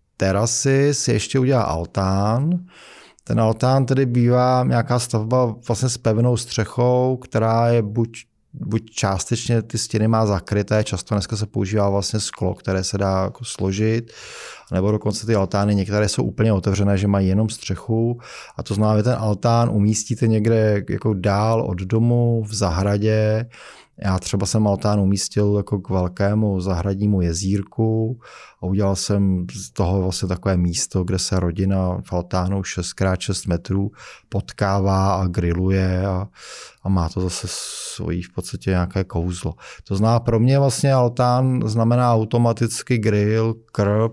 [SPEAKER 2] terasy si ještě udělá altán. Ten altán tedy bývá nějaká stavba vlastně s pevnou střechou, která je buď buď částečně ty stěny má zakryté, často dneska se používá vlastně sklo, které se dá jako složit, nebo dokonce ty altány některé jsou úplně otevřené, že mají jenom střechu a to znamená, že ten altán umístíte někde jako dál od domu, v zahradě. Já třeba jsem altán umístil jako k velkému zahradnímu jezírku a udělal jsem z toho vlastně takové místo, kde se rodina v altánu šest krát šest metrů potkává a grilluje a, a má to zase svojí v podstatě nějaké kouzlo. To znamená, pro mě vlastně altán znamená automaticky grill, krb,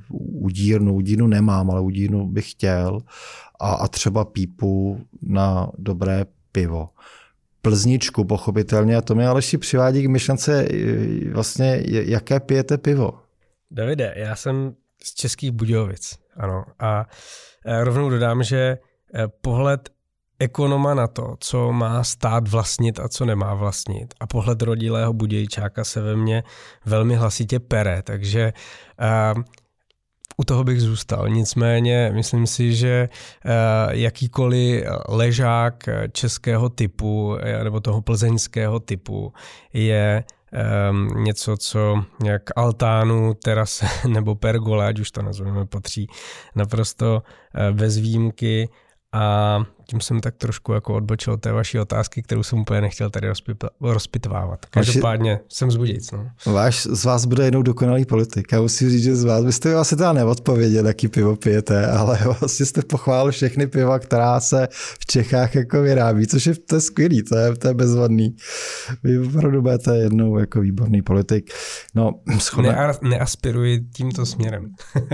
[SPEAKER 2] udírnu. Udírnu nemám, ale udírnu bych chtěl a, a třeba pípu na dobré pivo. Plzničku, pochopitelně, a to mě Aleši přivádí k myšlence vlastně, jaké pijete pivo.
[SPEAKER 1] Davide, já jsem z Českých Budějovic, ano, a rovnou dodám, že pohled ekonoma na to, co má stát vlastnit a co nemá vlastnit, a pohled rodilého Budějčáka se ve mně velmi hlasitě pere, takže uh, u toho bych zůstal. Nicméně myslím si, že jakýkoliv ležák českého typu nebo toho plzeňského typu je něco, co jak altánu, terase nebo pergole, ať už to nazveme, patří naprosto bez výjimky. A tím jsem tak trošku jako odbočil od té vaší otázky, kterou jsem úplně nechtěl tady rozpitvávat. Každopádně Vaši, jsem z Budějic. No.
[SPEAKER 2] Váš, z vás bude jednou dokonalý politik. Já musím říct, že z vás, byste asi teda neodpověděl, jaký pivo pijete, ale vlastně jste pochválil všechny piva, která se v Čechách jako vyrábí, což je, to je skvělý, to je, to je bezvadný. Vy opravdu budete jednou jako výborný politik. No,
[SPEAKER 1] schodne... Nea, neaspiruji tímto směrem.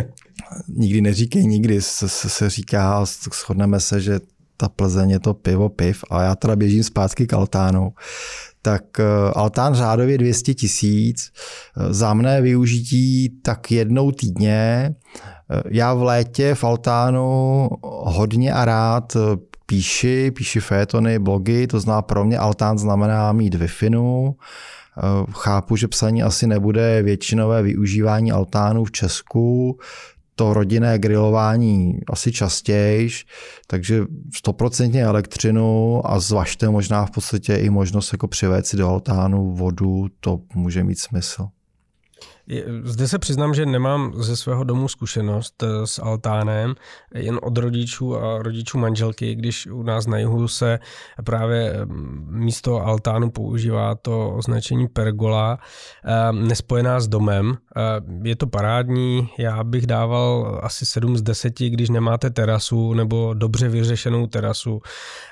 [SPEAKER 2] Nikdy neříkej nikdy, se, se, se říká, shodneme se, že ta Plzeň je to pivo piv a já teda běžím zpátky k altánu. Tak altán řádově dvě stě tisíc, za mné využití tak jednou týdně. Já v létě v altánu hodně a rád píši, píši fejetony, blogy, to znamená pro mě altán znamená mít Wi-Fi. Chápu, že psaní asi nebude většinové využívání altánů v Česku, to rodinné grilování asi častějš, takže stoprocentně elektřinu a zvažte možná v podstatě i možnost jako přivést si do altánu vodu, to může mít smysl.
[SPEAKER 1] Zde se přiznám, že nemám ze svého domu zkušenost s altánem, jen od rodičů a rodičů manželky, když u nás na jihu se právě místo altánu používá to označení pergola, nespojená s domem. Je to parádní, já bych dával asi sedm z deseti, když nemáte terasu nebo dobře vyřešenou terasu,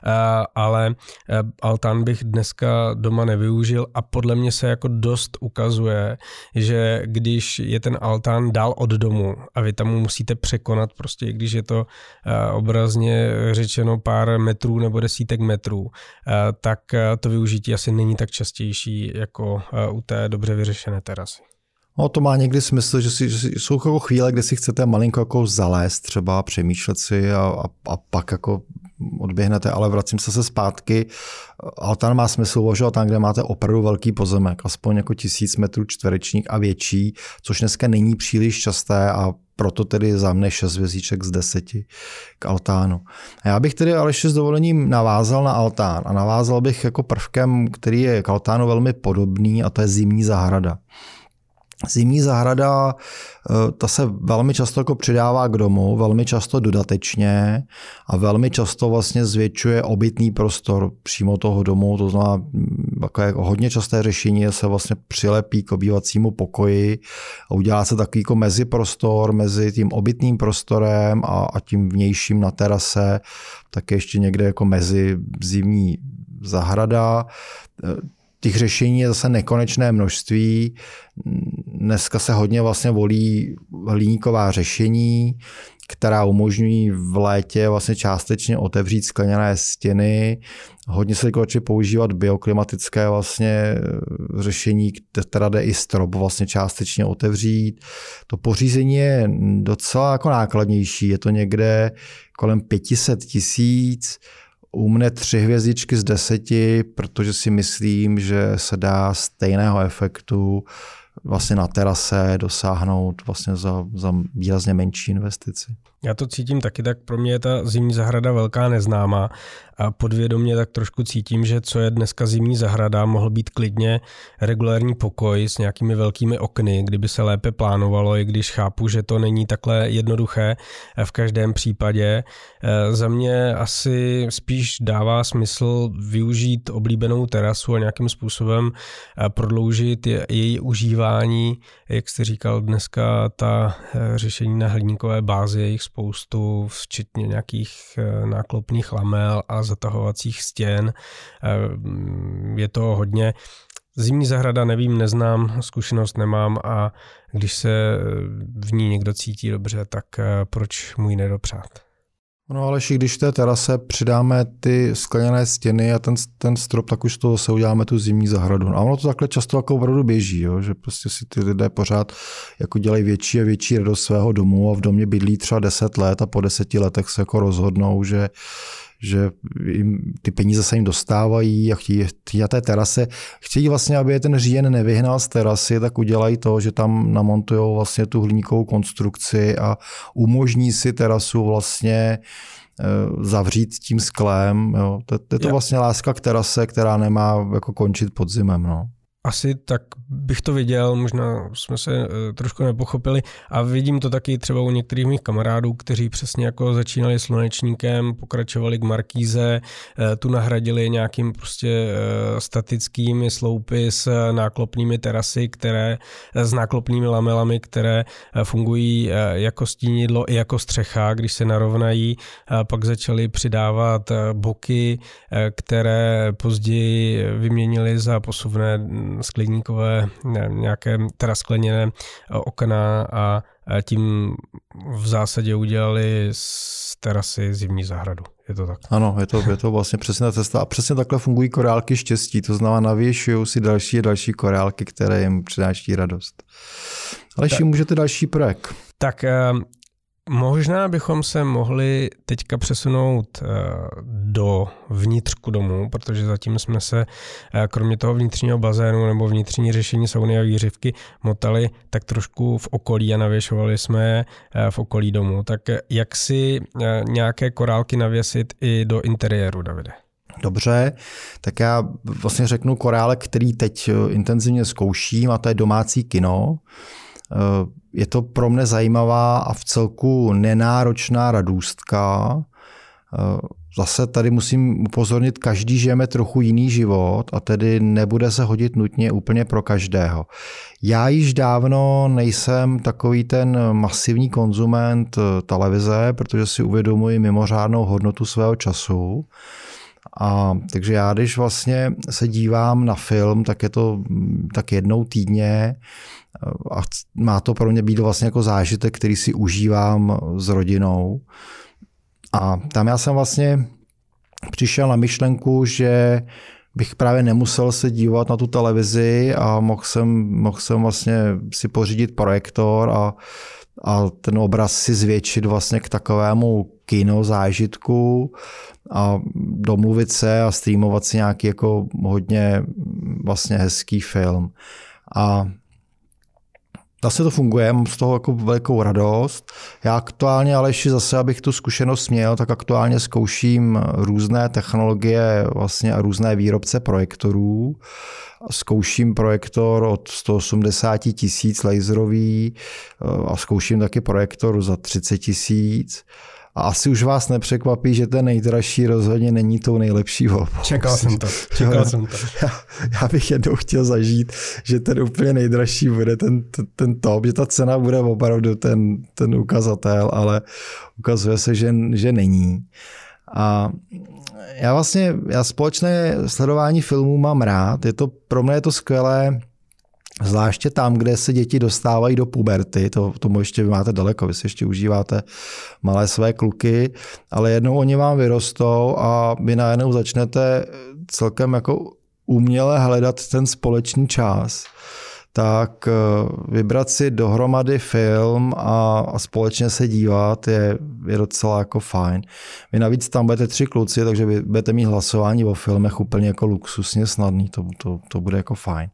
[SPEAKER 1] ale altán bych dneska doma nevyužil a podle mě se jako dost ukazuje, že když je ten altán dál od domu a vy tam musíte překonat prostě, když je to obrazně řečeno pár metrů nebo desítek metrů, tak to využití asi není tak častější jako u té dobře vyřešené terasy.
[SPEAKER 2] No to má někdy smysl, že, si, že si, jsou jako chvíle, kde si chcete malinko jako zalézt třeba, přemýšlet si a, a, a pak jako odběhnete, ale vracím se se zpátky. Altán má smysl uvažovat tam, kde máte opravdu velký pozemek, aspoň jako tisíc metrů čtverečních a větší, což dneska není příliš časté a proto tedy za mne šest hvězdíček z deseti k altánu. A já bych tedy ale ještě s dovolením navázal na altán a navázal bych jako prvkem, který je k altánu velmi podobný a to je zimní zahrada. Zimní zahrada, ta se velmi často jako přidává k domu, velmi často dodatečně a velmi často vlastně zvětšuje obytný prostor přímo toho domu, to znamená jako hodně časté řešení se vlastně přilepí k obývacímu pokoji a udělá se takový jako meziprostor mezi tím obytným prostorem a, a tím vnějším na terase, tak ještě někde jako mezi zimní zahrada. Těch řešení je zase nekonečné množství. Dneska se hodně vlastně volí hliníková řešení, která umožňují v létě vlastně částečně otevřít skleněné stěny. Hodně se začne používat bioklimatické vlastně řešení, která jde i strop vlastně částečně otevřít. To pořízení je docela jako nákladnější. Je to někde kolem pět set tisíc. U mne tři hvězdičky z deseti, protože si myslím, že se dá stejného efektu vlastně na terase dosáhnout vlastně za, za výrazně menší investici.
[SPEAKER 1] Já to cítím taky, tak pro mě je ta zimní zahrada velká neznámá a podvědomě tak trošku cítím, že co je dneska zimní zahrada, mohl být klidně regulární pokoj s nějakými velkými okny, kdyby se lépe plánovalo, i když chápu, že to není takhle jednoduché v každém případě. Za mě asi spíš dává smysl využít oblíbenou terasu a nějakým způsobem prodloužit její užívání, jak jste říkal, dneska ta řešení na hliníkové bázi je jich spoustu, včetně nějakých náklopných lamel a zatahovacích stěn. Je to hodně. Zimní zahrada nevím, neznám, zkušenost nemám a když se v ní někdo cítí dobře, tak proč mu ji nedopřát?
[SPEAKER 2] No ale když v té terase přidáme ty skleněné stěny a ten, ten strop, tak už z toho se uděláme tu zimní zahradu. A ono to takhle často jako opravdu běží, jo? Že prostě si ty lidé pořád jako dělají větší a větší radost svého domu a v domě bydlí třeba deset let a po deseti letech se jako rozhodnou, že že jim ty peníze se jim dostávají a chtějí, chtějí na té terase, chtějí vlastně, aby je ten říjen nevyhnal z terasy, tak udělají to, že tam namontují vlastně tu hliníkovou konstrukci a umožní si terasu vlastně zavřít tím sklem. Jo. To, to je to vlastně láska k terase, která nemá jako končit podzimem. No.
[SPEAKER 1] Asi tak bych to viděl, možná jsme se trošku nepochopili a vidím to taky třeba u některých mých kamarádů, kteří přesně jako začínali slunečníkem, pokračovali k markíze, tu nahradili nějakým prostě statickými sloupy s náklopnými terasy, které s náklopnými lamelami, které fungují jako stínidlo i jako střecha, když se narovnají. Pak začali přidávat boky, které později vyměnili za posuvné skleníkové, nějaké teda skleněné okna a tím v zásadě udělali z terasy zimní zahradu. Je to tak?
[SPEAKER 2] Ano, je to, je to vlastně přesně ta cesta. A přesně takhle fungují korálky štěstí. To znamená, navěšují si další a další korálky, které jim přináší radost. Aleši, můžete další projekt.
[SPEAKER 1] Tak možná bychom se mohli teďka přesunout do vnitřku domu, protože zatím jsme se kromě toho vnitřního bazénu nebo vnitřní řešení sauny a výřivky motali tak trošku v okolí a navěšovali jsme v okolí domu. Tak jak si nějaké korálky navěsit i do interiéru, Davide?
[SPEAKER 2] Dobře, tak já vlastně řeknu korálek, který teď intenzivně zkouším, a to je domácí kino. Je to pro mě zajímavá a v celku nenáročná radůstka. Zase tady musím upozornit, každý žijeme trochu jiný život a tedy nebude se hodit nutně úplně pro každého. Já již dávno nejsem takový ten masivní konzument televize, protože si uvědomuji mimořádnou hodnotu svého času. A takže já, když vlastně se dívám na film, tak je to tak jednou týdně a má to pro mě být vlastně jako zážitek, který si užívám s rodinou. A tam já jsem vlastně přišel na myšlenku, že bych právě nemusel se dívat na tu televizi a mohl jsem, mohl jsem vlastně si pořídit projektor a, a ten obraz si zvětšit vlastně k takovému kino zážitku a domluvit se a streamovat si nějaký jako hodně vlastně hezký film. A vlastně to funguje, mám z toho jako velikou radost. Já aktuálně, ale ještě zase, abych tu zkušenost měl, tak aktuálně zkouším různé technologie vlastně a různé výrobce projektorů. Zkouším projektor od sto osmdesát tisíc laserový a zkouším taky projektor za třicet tisíc. A asi už vás nepřekvapí, že ten nejdražší rozhodně není tou nejlepší volbou.
[SPEAKER 1] Čekal jsem to. Čekal jsem to.
[SPEAKER 2] Já, já bych jednou chtěl zažít, že ten úplně nejdražší bude ten, ten, ten top, že ta cena bude opravdu ten, ten ukazatel, ale ukazuje se, že, že není. A já vlastně, já společné sledování filmů mám rád. Je to, pro mě je to skvělé, zvláště tam, kde se děti dostávají do puberty, to, tomu ještě vy máte daleko, vy si ještě užíváte malé své kluky, ale jednou oni vám vyrostou a vy najednou začnete celkem jako uměle hledat ten společný čas. Tak vybrat si dohromady film a, a společně se dívat je, je docela jako fajn. Vy navíc tam budete tři kluci, takže vy budete mít hlasování o filmech úplně jako luxusně snadný, to, to, to bude jako fajn.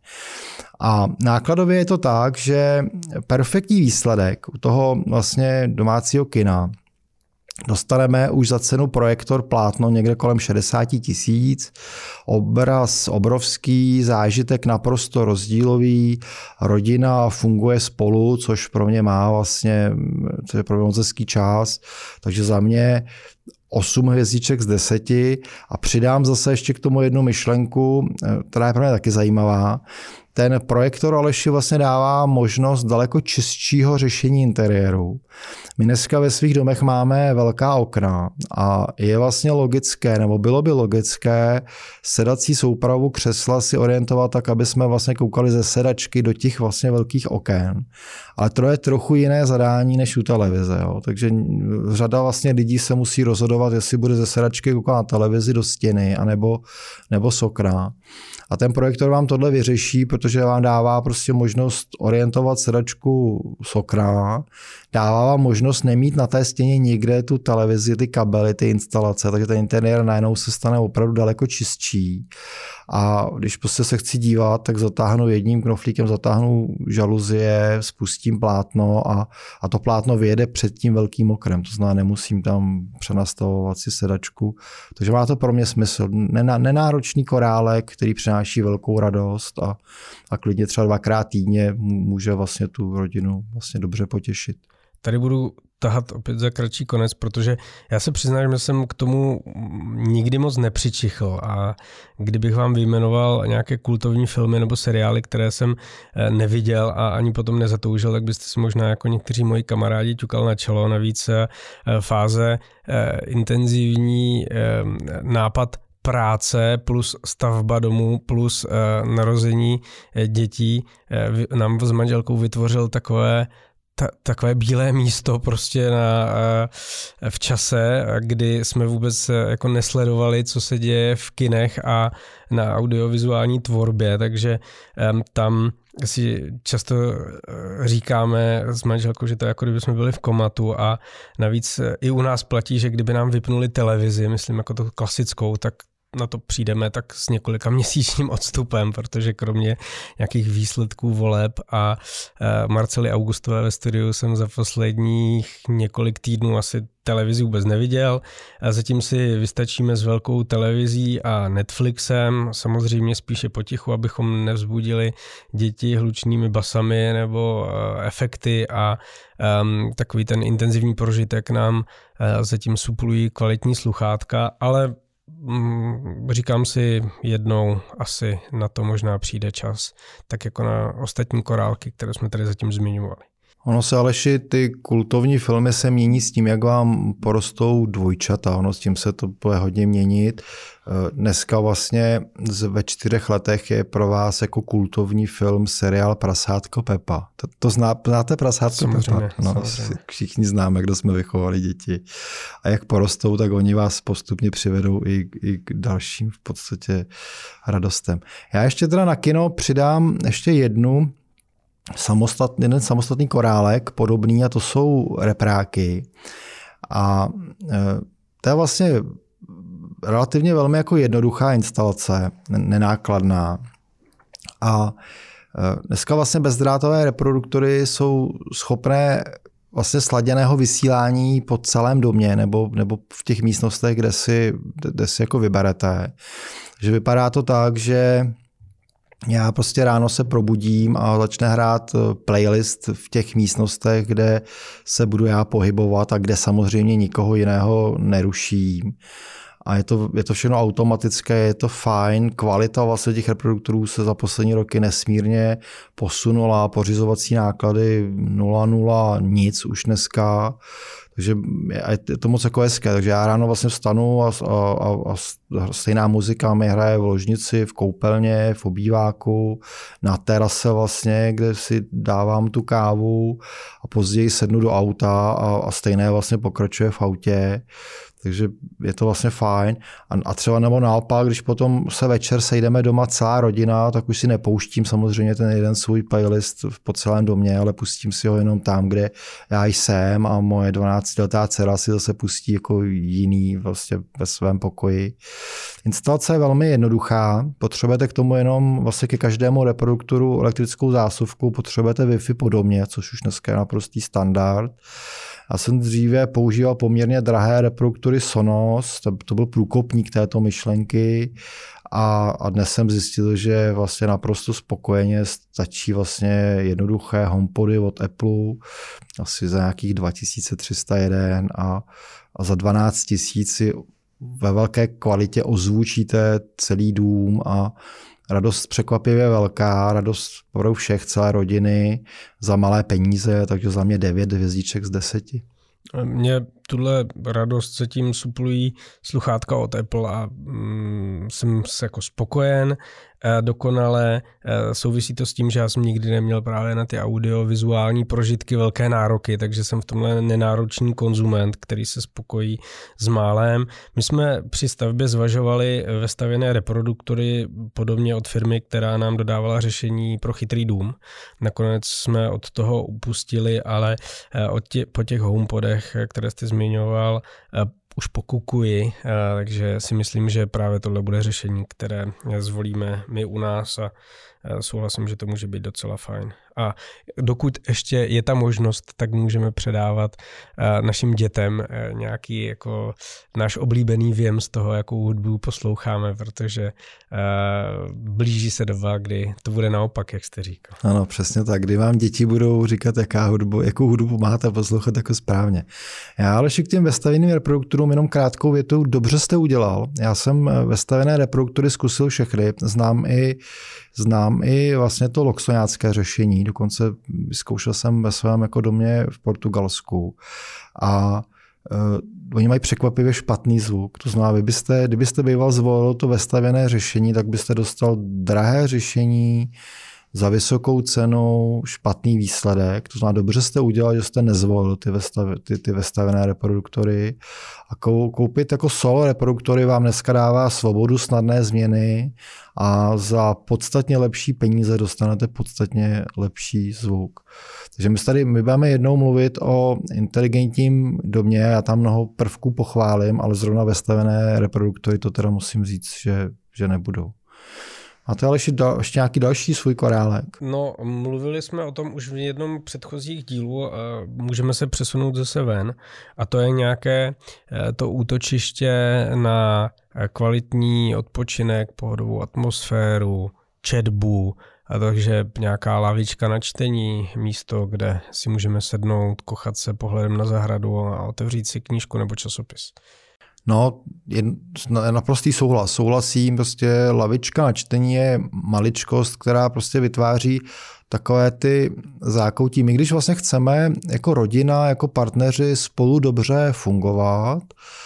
[SPEAKER 2] A nákladově je to tak, že perfektní výsledek u toho vlastně domácího kina dostaneme už za cenu projektor plátno někde kolem šedesát tisíc, obraz obrovský, zážitek naprosto rozdílový, rodina funguje spolu, což pro mě má vlastně, to je pro mě moc hezký čas, takže za mě osm hvězdiček z deseti a přidám zase ještě k tomu jednu myšlenku, která je pro mě taky zajímavá. Ten projektor Aleši vlastně dává možnost daleko čistšího řešení interiéru. My dneska ve svých domech máme velká okna a je vlastně logické, nebo bylo by logické sedací soupravu křesla si orientovat tak, aby jsme vlastně koukali ze sedačky do těch vlastně velkých oken. Ale to je trochu jiné zadání než u televize. Jo. Takže řada vlastně lidí se musí rozhodovat, jestli bude ze sedačky koukat na televizi do stěny anebo, nebo z okna. A ten projektor vám tohle vyřeší, protože vám dává prostě možnost orientovat sedačku z okna, dává vám možnost nemít na té stěně nikde tu televizi, ty kabely, ty instalace, takže ten interiér najednou se stane opravdu daleko čistší. A když prostě se chci dívat, tak zatáhnu jedním knoflíkem, zatáhnu žaluzie, spustím plátno a, a to plátno vyjede před tím velkým okrem. To znamená, nemusím tam přenastavovat si sedačku. Takže má to pro mě smysl. Nená, nenáročný korálek, který přináší velkou radost a, a klidně třeba dvakrát týdně může vlastně tu rodinu vlastně dobře potěšit.
[SPEAKER 1] Tady budu tahat opět za kratší konec, protože já se přiznám, že jsem k tomu nikdy moc nepřičichl a kdybych vám vyjmenoval nějaké kultovní filmy nebo seriály, které jsem neviděl a ani potom nezatoužil, tak byste si možná jako někteří moji kamarádi ťukal na čelo. Navíc fáze intenzivní nápad práce plus stavba domů plus narození dětí nám s manželkou vytvořil takové Ta, takové bílé místo prostě na, v čase, kdy jsme vůbec jako nesledovali, co se děje v kinech a na audiovizuální tvorbě, takže um, tam si často říkáme s manželkou, že to je jako kdyby jsme byli v komatu a navíc i u nás platí, že kdyby nám vypnuli televizi, myslím jako tu klasickou, tak na to přijdeme tak s několika měsíčním odstupem, protože kromě nějakých výsledků voleb a Marcely Augustové ve studiu jsem za posledních několik týdnů asi televizi vůbec neviděl. A zatím si vystačíme s velkou televizí a Netflixem, samozřejmě spíše potichu, abychom nevzbudili děti hlučnými basami nebo efekty a um, takový ten intenzivní prožitek nám uh, zatím suplují kvalitní sluchátka, ale um, říkám si jednou, asi na to možná přijde čas, tak jako na ostatní korálky, které jsme tady zatím zmiňovali.
[SPEAKER 2] Ono se, Aleši, ty kultovní filmy se mění s tím, jak vám porostou dvojčata. Ono s tím se to bude hodně měnit. Dneska vlastně ve čtyřech letech je pro vás jako kultovní film seriál Prasátko Pepa. To, to zná, znáte Prasátko
[SPEAKER 1] samozřejmě,
[SPEAKER 2] Pepa? No,
[SPEAKER 1] samozřejmě.
[SPEAKER 2] Všichni známe, kdo jsme vychovali děti. A jak porostou, tak oni vás postupně přivedou i, i k dalším v podstatě radostem. Já ještě teda na kino přidám ještě jednu Samostatný, jeden samostatný korálek podobný a to jsou repráky. A to je vlastně relativně velmi jako jednoduchá instalace, nenákladná. A dneska vlastně bezdrátové reproduktory jsou schopné vlastně sladěného vysílání po celém domě nebo, nebo v těch místnostech, kde si, kde si jako vyberete. Že vypadá to tak, že já prostě ráno se probudím a začne hrát playlist v těch místnostech, kde se budu já pohybovat a kde samozřejmě nikoho jiného neruším. A je to, je to všechno automatické, je to fajn. Kvalita vlastně těch reproduktorů se za poslední roky nesmírně posunula. Pořizovací náklady nula nula nic už dneska. Takže je to moc jako hezké. Takže já ráno vlastně vstanu a, a, a stejná muzika mi hraje v ložnici, v koupelně, v obýváku, na terase vlastně, kde si dávám tu kávu a později sednu do auta a, a stejné vlastně pokračuje v autě. Takže je to vlastně fajn. A, a třeba nebo naopak, když potom se večer sejdeme doma celá rodina, tak už si nepouštím samozřejmě ten jeden svůj playlist po celém domě, ale pustím si ho jenom tam, kde já jsem a moje dvanáctiletá dcera si zase pustí jako jiný vlastně ve svém pokoji. Instalace je velmi jednoduchá. Potřebujete k tomu jenom vlastně ke každému reproduktoru elektrickou zásuvku, potřebujete Wi-Fi po domě, což už dneska je naprostý standard. Já jsem dříve používal poměrně drahé reproduktory Sonos, to, to byl průkopník této myšlenky a, a dnes jsem zjistil, že vlastně naprosto spokojeně stačí vlastně jednoduché HomePody od Apple, asi za nějakých dva tisíce tři sta jedna a, a za dvanáct tisíc si ve velké kvalitě ozvučíte celý dům a radost překvapivě velká, radost pro všech, celé rodiny, za malé peníze, takže za mě devět hvězdiček z deseti.
[SPEAKER 1] Mě tuhle radost se tím suplují sluchátka od Apple a mm, jsem se jako spokojen. E, dokonale e, souvisí to s tím, že já jsem nikdy neměl právě na ty audiovizuální prožitky velké nároky, takže jsem v tomhle nenáročný konzument, který se spokojí s málem. My jsme při stavbě zvažovali vestavěné reproduktory podobně od firmy, která nám dodávala řešení pro chytrý dům. Nakonec jsme od toho upustili, ale od tě, po těch HomePodech, které jste zmiňoval, už pokukuji, takže si myslím, že právě tohle bude řešení, které zvolíme my u nás a souhlasím, že to může být docela fajn. A dokud ještě je ta možnost, tak můžeme předávat našim dětem nějaký jako náš oblíbený věm z toho, jakou hudbu posloucháme, protože blíží se doba, kdy to bude naopak, jak jste říkal.
[SPEAKER 2] Ano, přesně tak. Kdy vám děti budou říkat, jaká hudbu, jakou hudbu máte poslouchat jako správně. Já ale k těm vestavěným reproduktorům jenom krátkou větu. Dobře jste udělal. Já jsem vestavené reproduktory zkusil všechny. Znám i Znám i vlastně to loxoňácké řešení, dokonce vyzkoušel jsem ve svém jako domě v Portugalsku a uh, oni mají překvapivě špatný zvuk. To znamená, vy byste, kdybyste býval zvolil to vestavěné řešení, tak byste dostal drahé řešení za vysokou cenou špatný výsledek. To znamená, dobře jste udělali, že jste nezvolil ty, vestav, ty, ty vestavené reproduktory. A koupit jako solo reproduktory vám dneska dává svobodu, snadné změny a za podstatně lepší peníze dostanete podstatně lepší zvuk. Takže my tady my budeme jednou mluvit o inteligentním domě, já tam mnoho prvků pochválím, ale zrovna vestavené reproduktory to teda musím říct, že, že nebudou. A to je ale ještě, dal, ještě nějaký další svůj korálek.
[SPEAKER 1] No, mluvili jsme o tom už v jednom předchozích dílu a můžeme se přesunout zase ven. A to je nějaké to útočiště na kvalitní odpočinek, pohodovou atmosféru, četbu, a takže nějaká lavička na čtení, místo, kde si můžeme sednout, kochat se pohledem na zahradu a otevřít si knížku nebo časopis.
[SPEAKER 2] No, je naprostý souhlas. Souhlasím, prostě lavička na čtení je maličkost, která prostě vytváří takové ty zákoutí. My když vlastně chceme jako rodina, jako partneři spolu dobře fungovat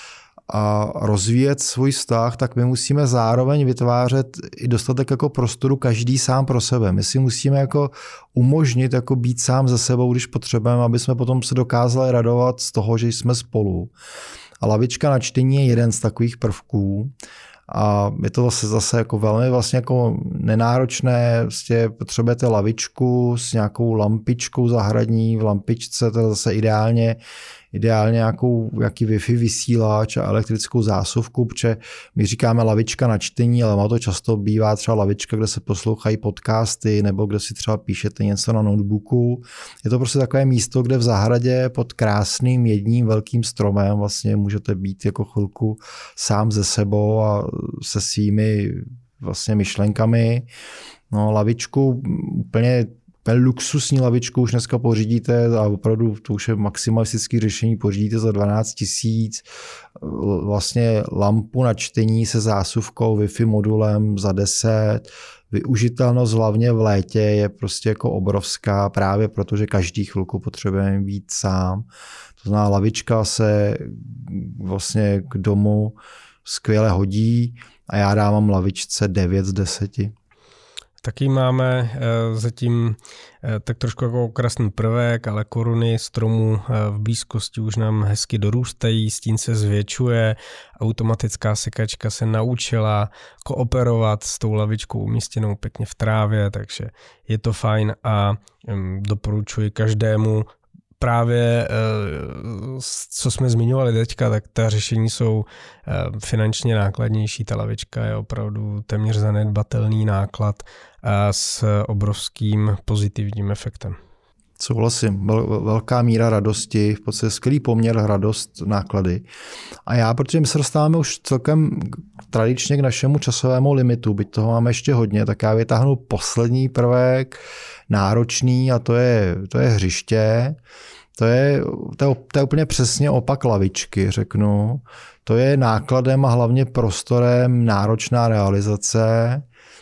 [SPEAKER 2] a rozvíjet svůj vztah, tak my musíme zároveň vytvářet i dostatek jako prostoru každý sám pro sebe. My si musíme jako umožnit jako být sám ze sebou, když potřebujeme, aby jsme potom se dokázali radovat z toho, že jsme spolu. A lavička na čtení je jeden z takových prvků. A je to zase, zase jako velmi vlastně jako nenáročné. Vlastně potřebujete lavičku s nějakou lampičkou zahradní. V lampičce to je zase ideálně, ideálně nějakou, nějaký Wi-Fi vysílač a elektrickou zásuvku, protože my říkáme lavička na čtení, ale má to často bývá třeba lavička, kde se poslouchají podcasty nebo kde si třeba píšete něco na notebooku. Je to prostě takové místo, kde v zahradě pod krásným jedním velkým stromem vlastně můžete být jako chvilku sám ze sebou a se svými vlastně myšlenkami. No, lavičku úplně luxusní lavičku už dneska pořídíte a opravdu to už je maximalistické řešení, pořídíte za dvanáct tisíc, vlastně lampu na čtení se zásuvkou, Wi-Fi modulem za deset, využitelnost hlavně v létě je prostě jako obrovská, právě protože každý chvilku potřebujeme být sám. To znamená, lavička se vlastně k domu skvěle hodí a já dávám lavičce devět z deseti.
[SPEAKER 1] Taky máme zatím tak trošku jako okrasný prvek, ale koruny stromů v blízkosti už nám hezky dorůstají, stín se zvětšuje, automatická sekačka se naučila kooperovat s tou lavičkou umístěnou pěkně v trávě, takže je to fajn a doporučuji každému. Právě, co jsme zmiňovali teďka, tak ta řešení jsou finančně nákladnější. Ta lavička je opravdu téměř zanedbatelný náklad s obrovským pozitivním efektem.
[SPEAKER 2] Souhlasím, velká míra radosti, v podstatě skvělý poměr radost, náklady. A já, protože my se dostáváme už celkem tradičně k našemu časovému limitu, byť toho máme ještě hodně, tak já vytáhnu poslední prvek, náročný, a to je, to je hřiště. To je, to, je, to je úplně přesně opak lavičky, řeknu. To je nákladem a hlavně prostorem náročná realizace.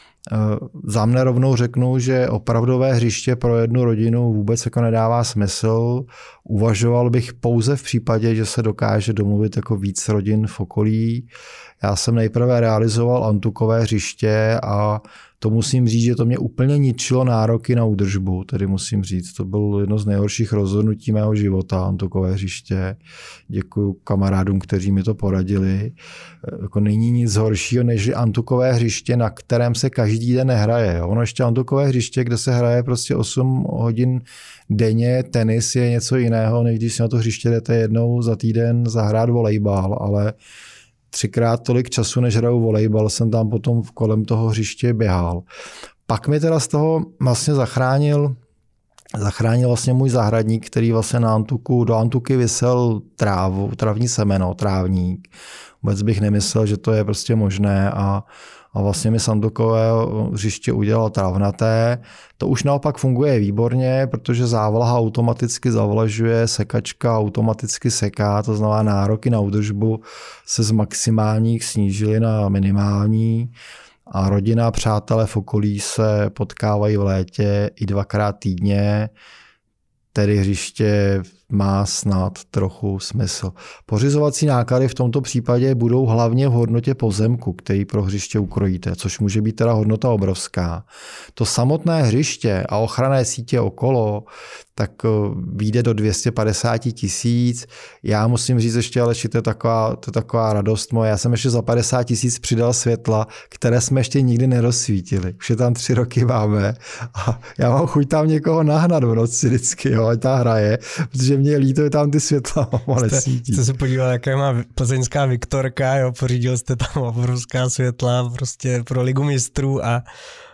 [SPEAKER 2] Za mne rovnou řeknu, že opravdové hřiště pro jednu rodinu vůbec jako nedává smysl. Uvažoval bych pouze v případě, že se dokáže domluvit jako víc rodin v okolí. Já jsem nejprve realizoval antukové hřiště a to musím říct, že to mě úplně ničilo nároky na údržbu. Tedy musím říct, to bylo jedno z nejhorších rozhodnutí mého života, antukové hřiště. Děkuju kamarádům, kteří mi to poradili. Jako není nic horšího než antukové hřiště, na kterém se každý den nehraje. Ono ještě antukové hřiště, kde se hraje prostě osm hodin denně, tenis je něco jiného, než když si na to hřiště jdete jednou za týden zahrát volejbal, ale třikrát tolik času, než hraju volejbal, jsem tam potom kolem toho hřiště běhal. Pak mi teda z toho vlastně zachránil, zachránil vlastně můj zahradník, který vlastně na antuku, do antuky visel trávu, travní semeno, trávník. Vůbec bych nemyslel, že to je prostě možné a A vlastně mi z antukového hřiště udělal travnaté. To už naopak funguje výborně, protože závlaha automaticky zavlažuje, sekačka automaticky seká, to znamená nároky na údržbu se z maximálních snížily na minimální a rodina, přátelé v okolí se potkávají v létě i dvakrát týdně, tedy hřiště má snad trochu smysl. Pořizovací náklady v tomto případě budou hlavně v hodnotě pozemku, který pro hřiště ukrojíte, což může být teda hodnota obrovská. To samotné hřiště a ochranné sítě okolo tak vyjde do dvě stě padesát tisíc. Já musím říct ještě, ale to je taková, to je taková radost moje. Já jsem ještě za padesát tisíc přidal světla, které jsme ještě nikdy nerozsvítili. Už je tam tři roky máme a já mám chuť tam někoho nahnat v noci vždycky, jo, ať ta hraje, protože mě je líto, je tam ty světla nesvítí.
[SPEAKER 1] Jste se podíval, jaká má plzeňská Viktorka, jo, pořídil jste tam obrovská světla prostě pro ligu mistrů a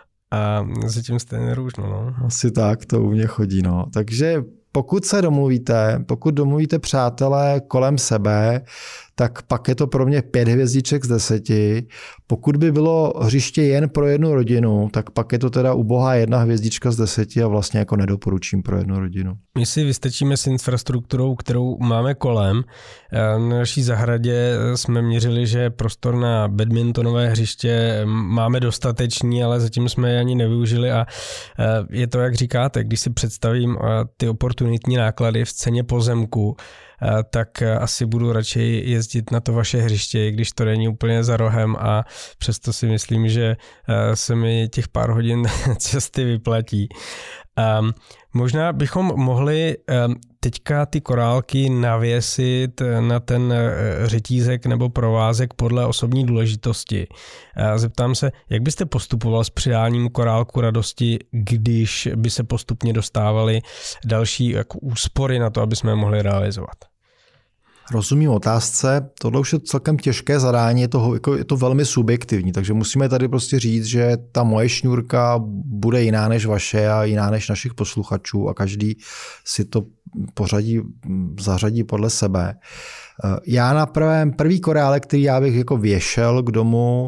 [SPEAKER 1] A zatím jste nerůžno, no.
[SPEAKER 2] Asi tak, to u mě chodí, no. Takže pokud se domluvíte, pokud domluvíte přátelé kolem sebe, tak pak je to pro mě pět hvězdiček z deseti. Pokud by bylo hřiště jen pro jednu rodinu, tak pak je to teda ubohá jedna hvězdička z deseti a vlastně jako nedoporučím pro jednu rodinu.
[SPEAKER 1] My si vystačíme s infrastrukturou, kterou máme kolem. Na naší zahradě jsme měřili, že prostor na badmintonové hřiště máme dostatečný, ale zatím jsme je ani nevyužili a je to, jak říkáte, když si představím ty oportunitní náklady v ceně pozemku, tak asi budu radši jezdit na to vaše hřiště, když to není úplně za rohem a přesto si myslím, že se mi těch pár hodin cesty vyplatí. Um, možná bychom mohli um, teďka ty korálky navěsit na ten řetízek nebo provázek podle osobní důležitosti. Uh, zeptám se, jak byste postupoval s přidáním korálku radosti, když by se postupně dostávaly další jako úspory na to, aby jsme je mohli realizovat?
[SPEAKER 2] Rozumím otázce, tohle už je celkem těžké zadání, je to, jako, je to velmi subjektivní, takže musíme tady prostě říct, že ta moje šňůrka bude jiná než vaše a jiná než našich posluchačů a každý si to pořadí, zařadí podle sebe. Já na prvém, první korálek, který já bych jako věšel k domu,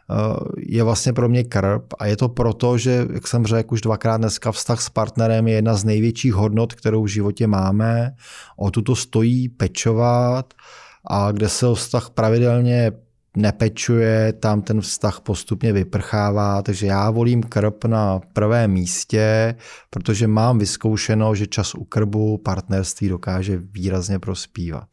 [SPEAKER 2] je vlastně pro mě krb a je to proto, že, jak jsem řekl už dvakrát dneska, vztah s partnerem je jedna z největších hodnot, kterou v životě máme. O tuto stojí pečovat a kde se o vztah pravidelně nepečuje, tam ten vztah postupně vyprchává, takže já volím krb na prvém místě, protože mám vyzkoušeno, že čas u krbu partnerství dokáže výrazně prospívat.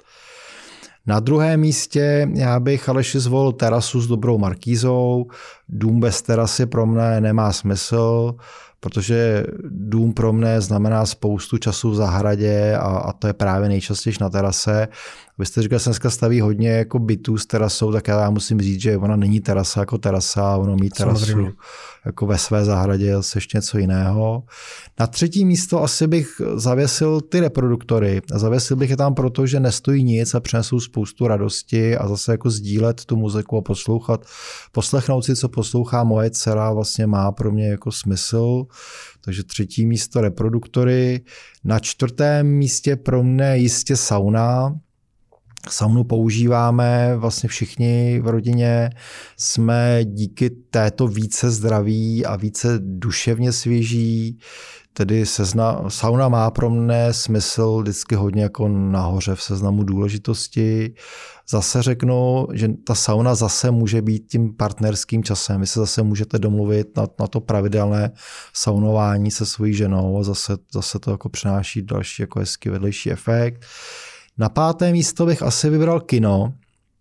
[SPEAKER 2] Na druhém místě já bych Aleši zvolil terasu s dobrou markízou. Dům bez terasy pro mne nemá smysl, protože dům pro mne znamená spoustu času v zahradě a, a to je právě nejčastěji na terase. Vy jste říkal, že se dneska staví hodně jako bytů s terasou, tak já musím říct, že ona není terasa jako terasa, ono mít terasu samozřejmě jako ve své zahradě je ještě něco jiného. Na třetí místo asi bych zavěsil ty reproduktory. A zavěsil bych je tam proto, že nestojí nic a přinesou spoustu radosti a zase jako sdílet tu muziku a poslouchat. Poslechnout si, co poslouchá moje dcera, vlastně má pro mě jako smysl. Takže třetí místo reproduktory. Na čtvrtém místě pro mě jistě sauna. Saunu používáme vlastně všichni v rodině, jsme díky této více zdraví a více duševně svěží, tedy sezna, sauna má pro mě smysl vždycky hodně jako nahoře v seznamu důležitosti. Zase řeknu, že ta sauna zase může být tím partnerským časem. Vy se zase můžete domluvit na, na to pravidelné saunování se svojí ženou a zase, zase to jako přináší další jako hezký vedlejší efekt. Na páté místo bych asi vybral kino.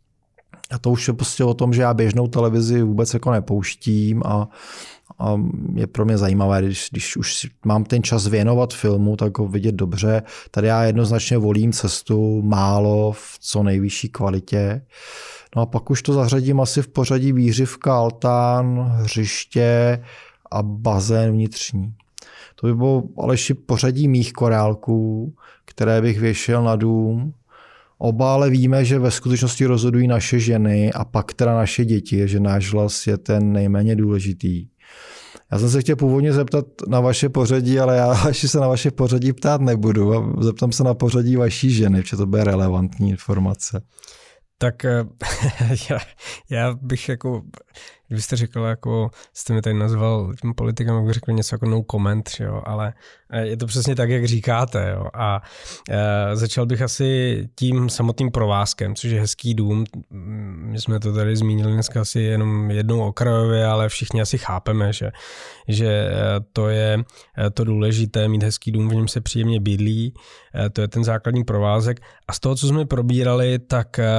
[SPEAKER 2] A to už je prostě o tom, že já běžnou televizi vůbec jako nepouštím a, a je pro mě zajímavé, když, když už mám ten čas věnovat filmu, tak ho vidět dobře. Tady já jednoznačně volím cestu málo v co nejvyšší kvalitě. No a pak už to zařadím asi v pořadí výřivka, altán, hřiště a bazén vnitřní. To by bylo Aleši pořadí mých korálků, které bych věšel na dům. Oba ale víme, že ve skutečnosti rozhodují naše ženy a pak teda naše děti, že náš hlas je ten nejméně důležitý. Já jsem se chtěl původně zeptat na vaše pořadí, ale já ještě se na vaše pořadí ptát nebudu. A zeptám se na pořadí vaší ženy, protože to bude relevantní informace.
[SPEAKER 1] Tak já, já bych jako Kdybyste řekl, jako jste mi tady nazval tím politikem, jak bych řekl něco jako no comment, jo, ale je to přesně tak, jak říkáte. Jo. A e, začal bych asi tím samotným provázkem, což je hezký dům. My jsme to tady zmínili dneska asi jenom jednou okrajově, ale všichni asi chápeme, že, že to je to důležité, mít hezký dům, v něm se příjemně bydlí. E, to je ten základní provázek. A z toho, co jsme probírali, tak e,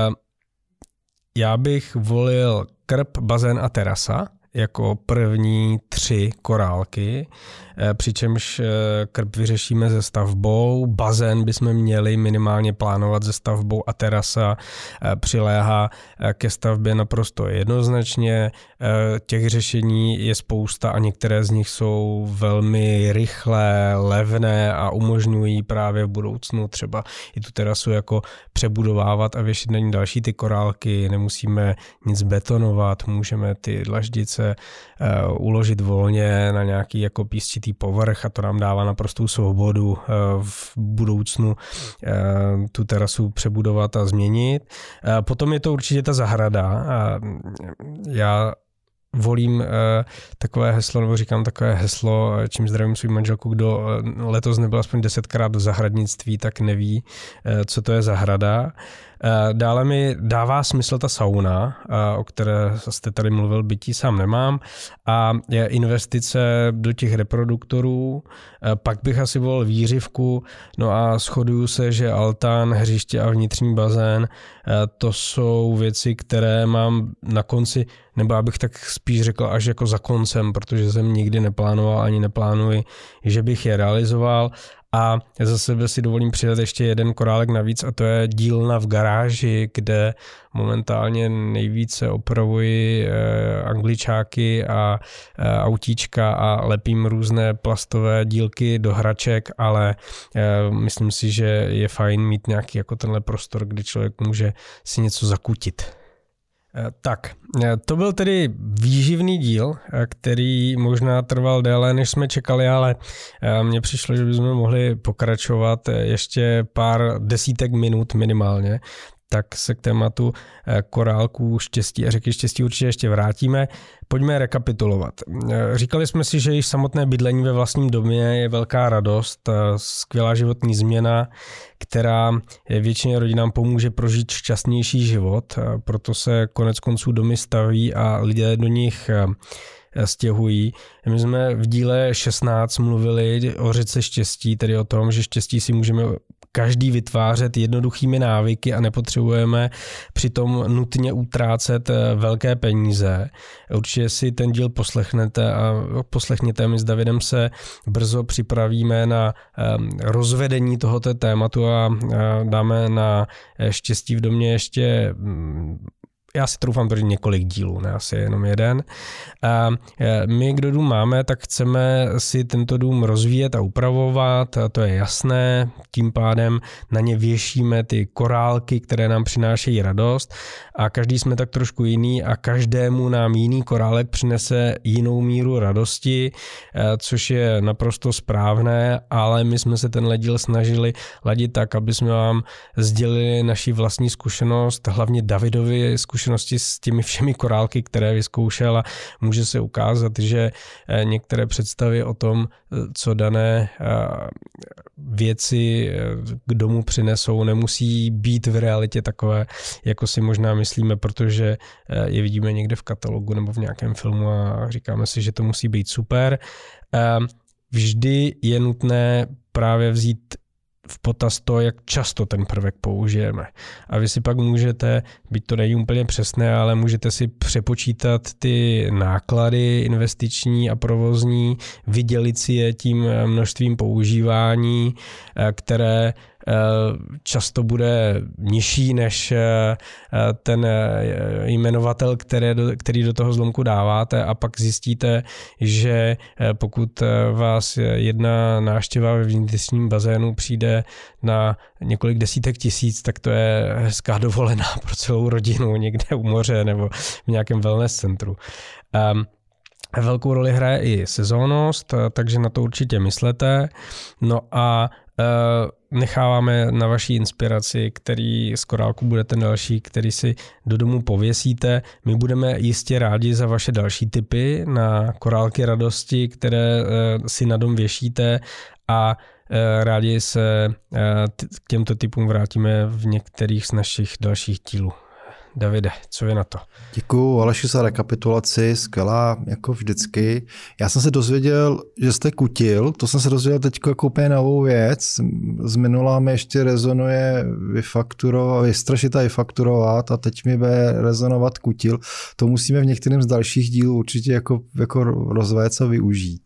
[SPEAKER 1] já bych volil krb, bazén a terasa jako první tři korálky, přičemž krb vyřešíme se stavbou, bazén bychom měli minimálně plánovat se stavbou a terasa přiléhá ke stavbě naprosto jednoznačně. Těch řešení je spousta a některé z nich jsou velmi rychlé, levné a umožňují právě v budoucnu třeba i tu terasu jako přebudovávat a věšit na ní další ty korálky. Nemusíme nic betonovat, můžeme ty dlaždice uložit volně na nějaký jako písčitý povrch a to nám dává naprostou svobodu v budoucnu tu terasu přebudovat a změnit. Potom je to určitě ta zahrada. Já volím uh, takové heslo, nebo říkám takové heslo, čím zdravím svou manželku, kdo letos nebyl aspoň desetkrát do zahradnictví, tak neví, uh, co to je zahrada. Uh, dále mi dává smysl ta sauna, uh, o které jste tady mluvil, bytí sám nemám, a je investice do těch reproduktorů. Uh, pak bych asi volil výřivku, no a shoduju se, že altán, hřiště a vnitřní bazén, uh, to jsou věci, které mám na konci, nebo abych tak spíš řekl až jako za koncem, protože jsem nikdy neplánoval ani neplánuji, že bych je realizoval. A já za sebe si dovolím přidat ještě jeden korálek navíc a to je dílna v garáži, kde momentálně nejvíce opravuji eh, angličáky a eh, autíčka a lepím různé plastové dílky do hraček, ale eh, myslím si, že je fajn mít nějaký jako tenhle prostor, kde člověk může si něco zakutit. Tak, to byl tedy výživný díl, který možná trval déle, než jsme čekali, ale mně přišlo, že bychom mohli pokračovat ještě pár desítek minut minimálně, tak se k tématu korálků štěstí a řeky štěstí určitě ještě vrátíme. Pojďme rekapitulovat. Říkali jsme si, že již samotné bydlení ve vlastním domě je velká radost, skvělá životní změna, která většině rodinám pomůže prožít šťastnější život, proto se konec konců domy staví a lidé do nich stěhují. My jsme v díle šestnáct mluvili o řece štěstí, tedy o tom, že štěstí si můžeme každý vytvářet jednoduchými návyky a nepotřebujeme přitom nutně utrácet velké peníze. Určitě si ten díl poslechnete a poslechněte. My s Davidem se brzo připravíme na rozvedení tohoto tématu a dáme na štěstí v domě ještě, já si troufám tvrdit, několik dílů, ne asi jenom jeden. A my, kdo dům máme, tak chceme si tento dům rozvíjet a upravovat, a to je jasné, tím pádem na ně věšíme ty korálky, které nám přinášejí radost a každý jsme tak trošku jiný a každému nám jiný korálek přinese jinou míru radosti, což je naprosto správné, ale my jsme se tenhle díl snažili ladit tak, aby jsme vám sdělili naši vlastní zkušenost, hlavně Davidovi zkušenosti s těmi všemi korálky, které vyzkoušel a může se ukázat, že některé představy o tom, co dané věci k domu přinesou, nemusí být v realitě takové, jako si možná myslíme, protože je vidíme někde v katalogu nebo v nějakém filmu a říkáme si, že to musí být super. Vždy je nutné právě vzít v potaz to, jak často ten prvek použijeme. A vy si pak můžete, byť to není úplně přesné, ale můžete si přepočítat ty náklady investiční a provozní, vydělit si je tím množstvím používání, které často bude nižší než ten jmenovatel, které, který do toho zlomku dáváte a pak zjistíte, že pokud vás jedna návštěva ve vnitřním bazénu přijde na několik desítek tisíc, tak to je hezká dovolená pro celou rodinu někde u moře nebo v nějakém wellness centru. Um, velkou roli hraje i sezónnost, takže na to určitě myslete. No a necháváme na vaší inspiraci, který z korálku bude ten další, který si do domu pověsíte. My budeme jistě rádi za vaše další tipy na korálky radosti, které si na dom věšíte, a rádi se k těmto typům vrátíme v některých z našich dalších dílů. Davide, co je na to?
[SPEAKER 2] Děkuju, Aleši, za rekapitulaci, skvělá, jako vždycky. Já jsem se dozvěděl, že jste kutil, to jsem se dozvěděl teď jako úplně novou věc. Z minula mi ještě rezonuje vyfakturovat, vystrašit a vyfakturovat, a teď mi bude rezonovat kutil. To musíme v některém z dalších dílů určitě jako, jako rozvést a využít.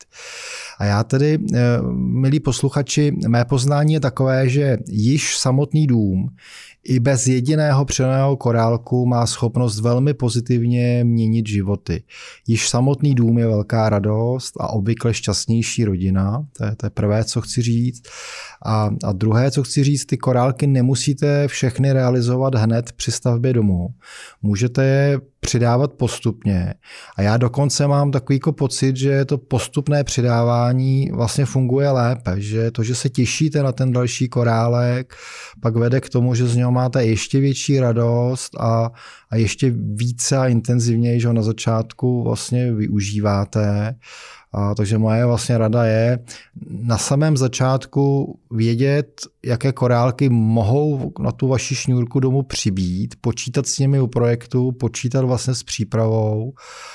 [SPEAKER 2] A já tedy, milí posluchači, mé poznání je takové, že již samotný dům i bez jediného přidaného korálku má schopnost velmi pozitivně měnit životy. Již samotný dům je velká radost a obvykle šťastnější rodina. To je, to je prvé, co chci říct. A, a druhé, co chci říct, ty korálky nemusíte všechny realizovat hned při stavbě domu. Můžete je přidávat postupně. A já dokonce mám takový pocit, že to postupné přidávání vlastně funguje lépe, že to, že se těšíte na ten další korálek, pak vede k tomu, že z něho máte ještě větší radost a, a ještě více a intenzivněji, že ho na začátku vlastně využíváte. A takže moje vlastně rada je na samém začátku vědět, jaké korálky mohou na tu vaši šňůrku domu přibít, počítat s nimi u projektu, počítat vlastně s přípravou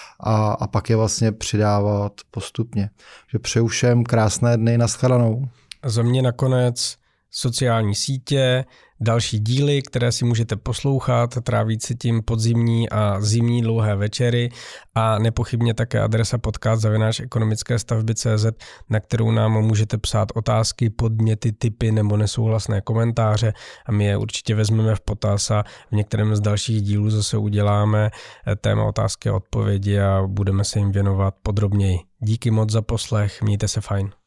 [SPEAKER 2] a, a pak je vlastně přidávat postupně. Že přeju všem krásné dny, nashledanou.
[SPEAKER 1] Za mě nakonec sociální sítě, další díly, které si můžete poslouchat, trávit si tím podzimní a zimní dlouhé večery, a nepochybně také adresa podcast zavináč ekonomické stavby tečka cé zet, na kterou nám můžete psát otázky, podněty, tipy nebo nesouhlasné komentáře, a my je určitě vezmeme v potaz a v některém z dalších dílů zase uděláme téma otázky a odpovědi a budeme se jim věnovat podrobněji. Díky moc za poslech, mějte se fajn.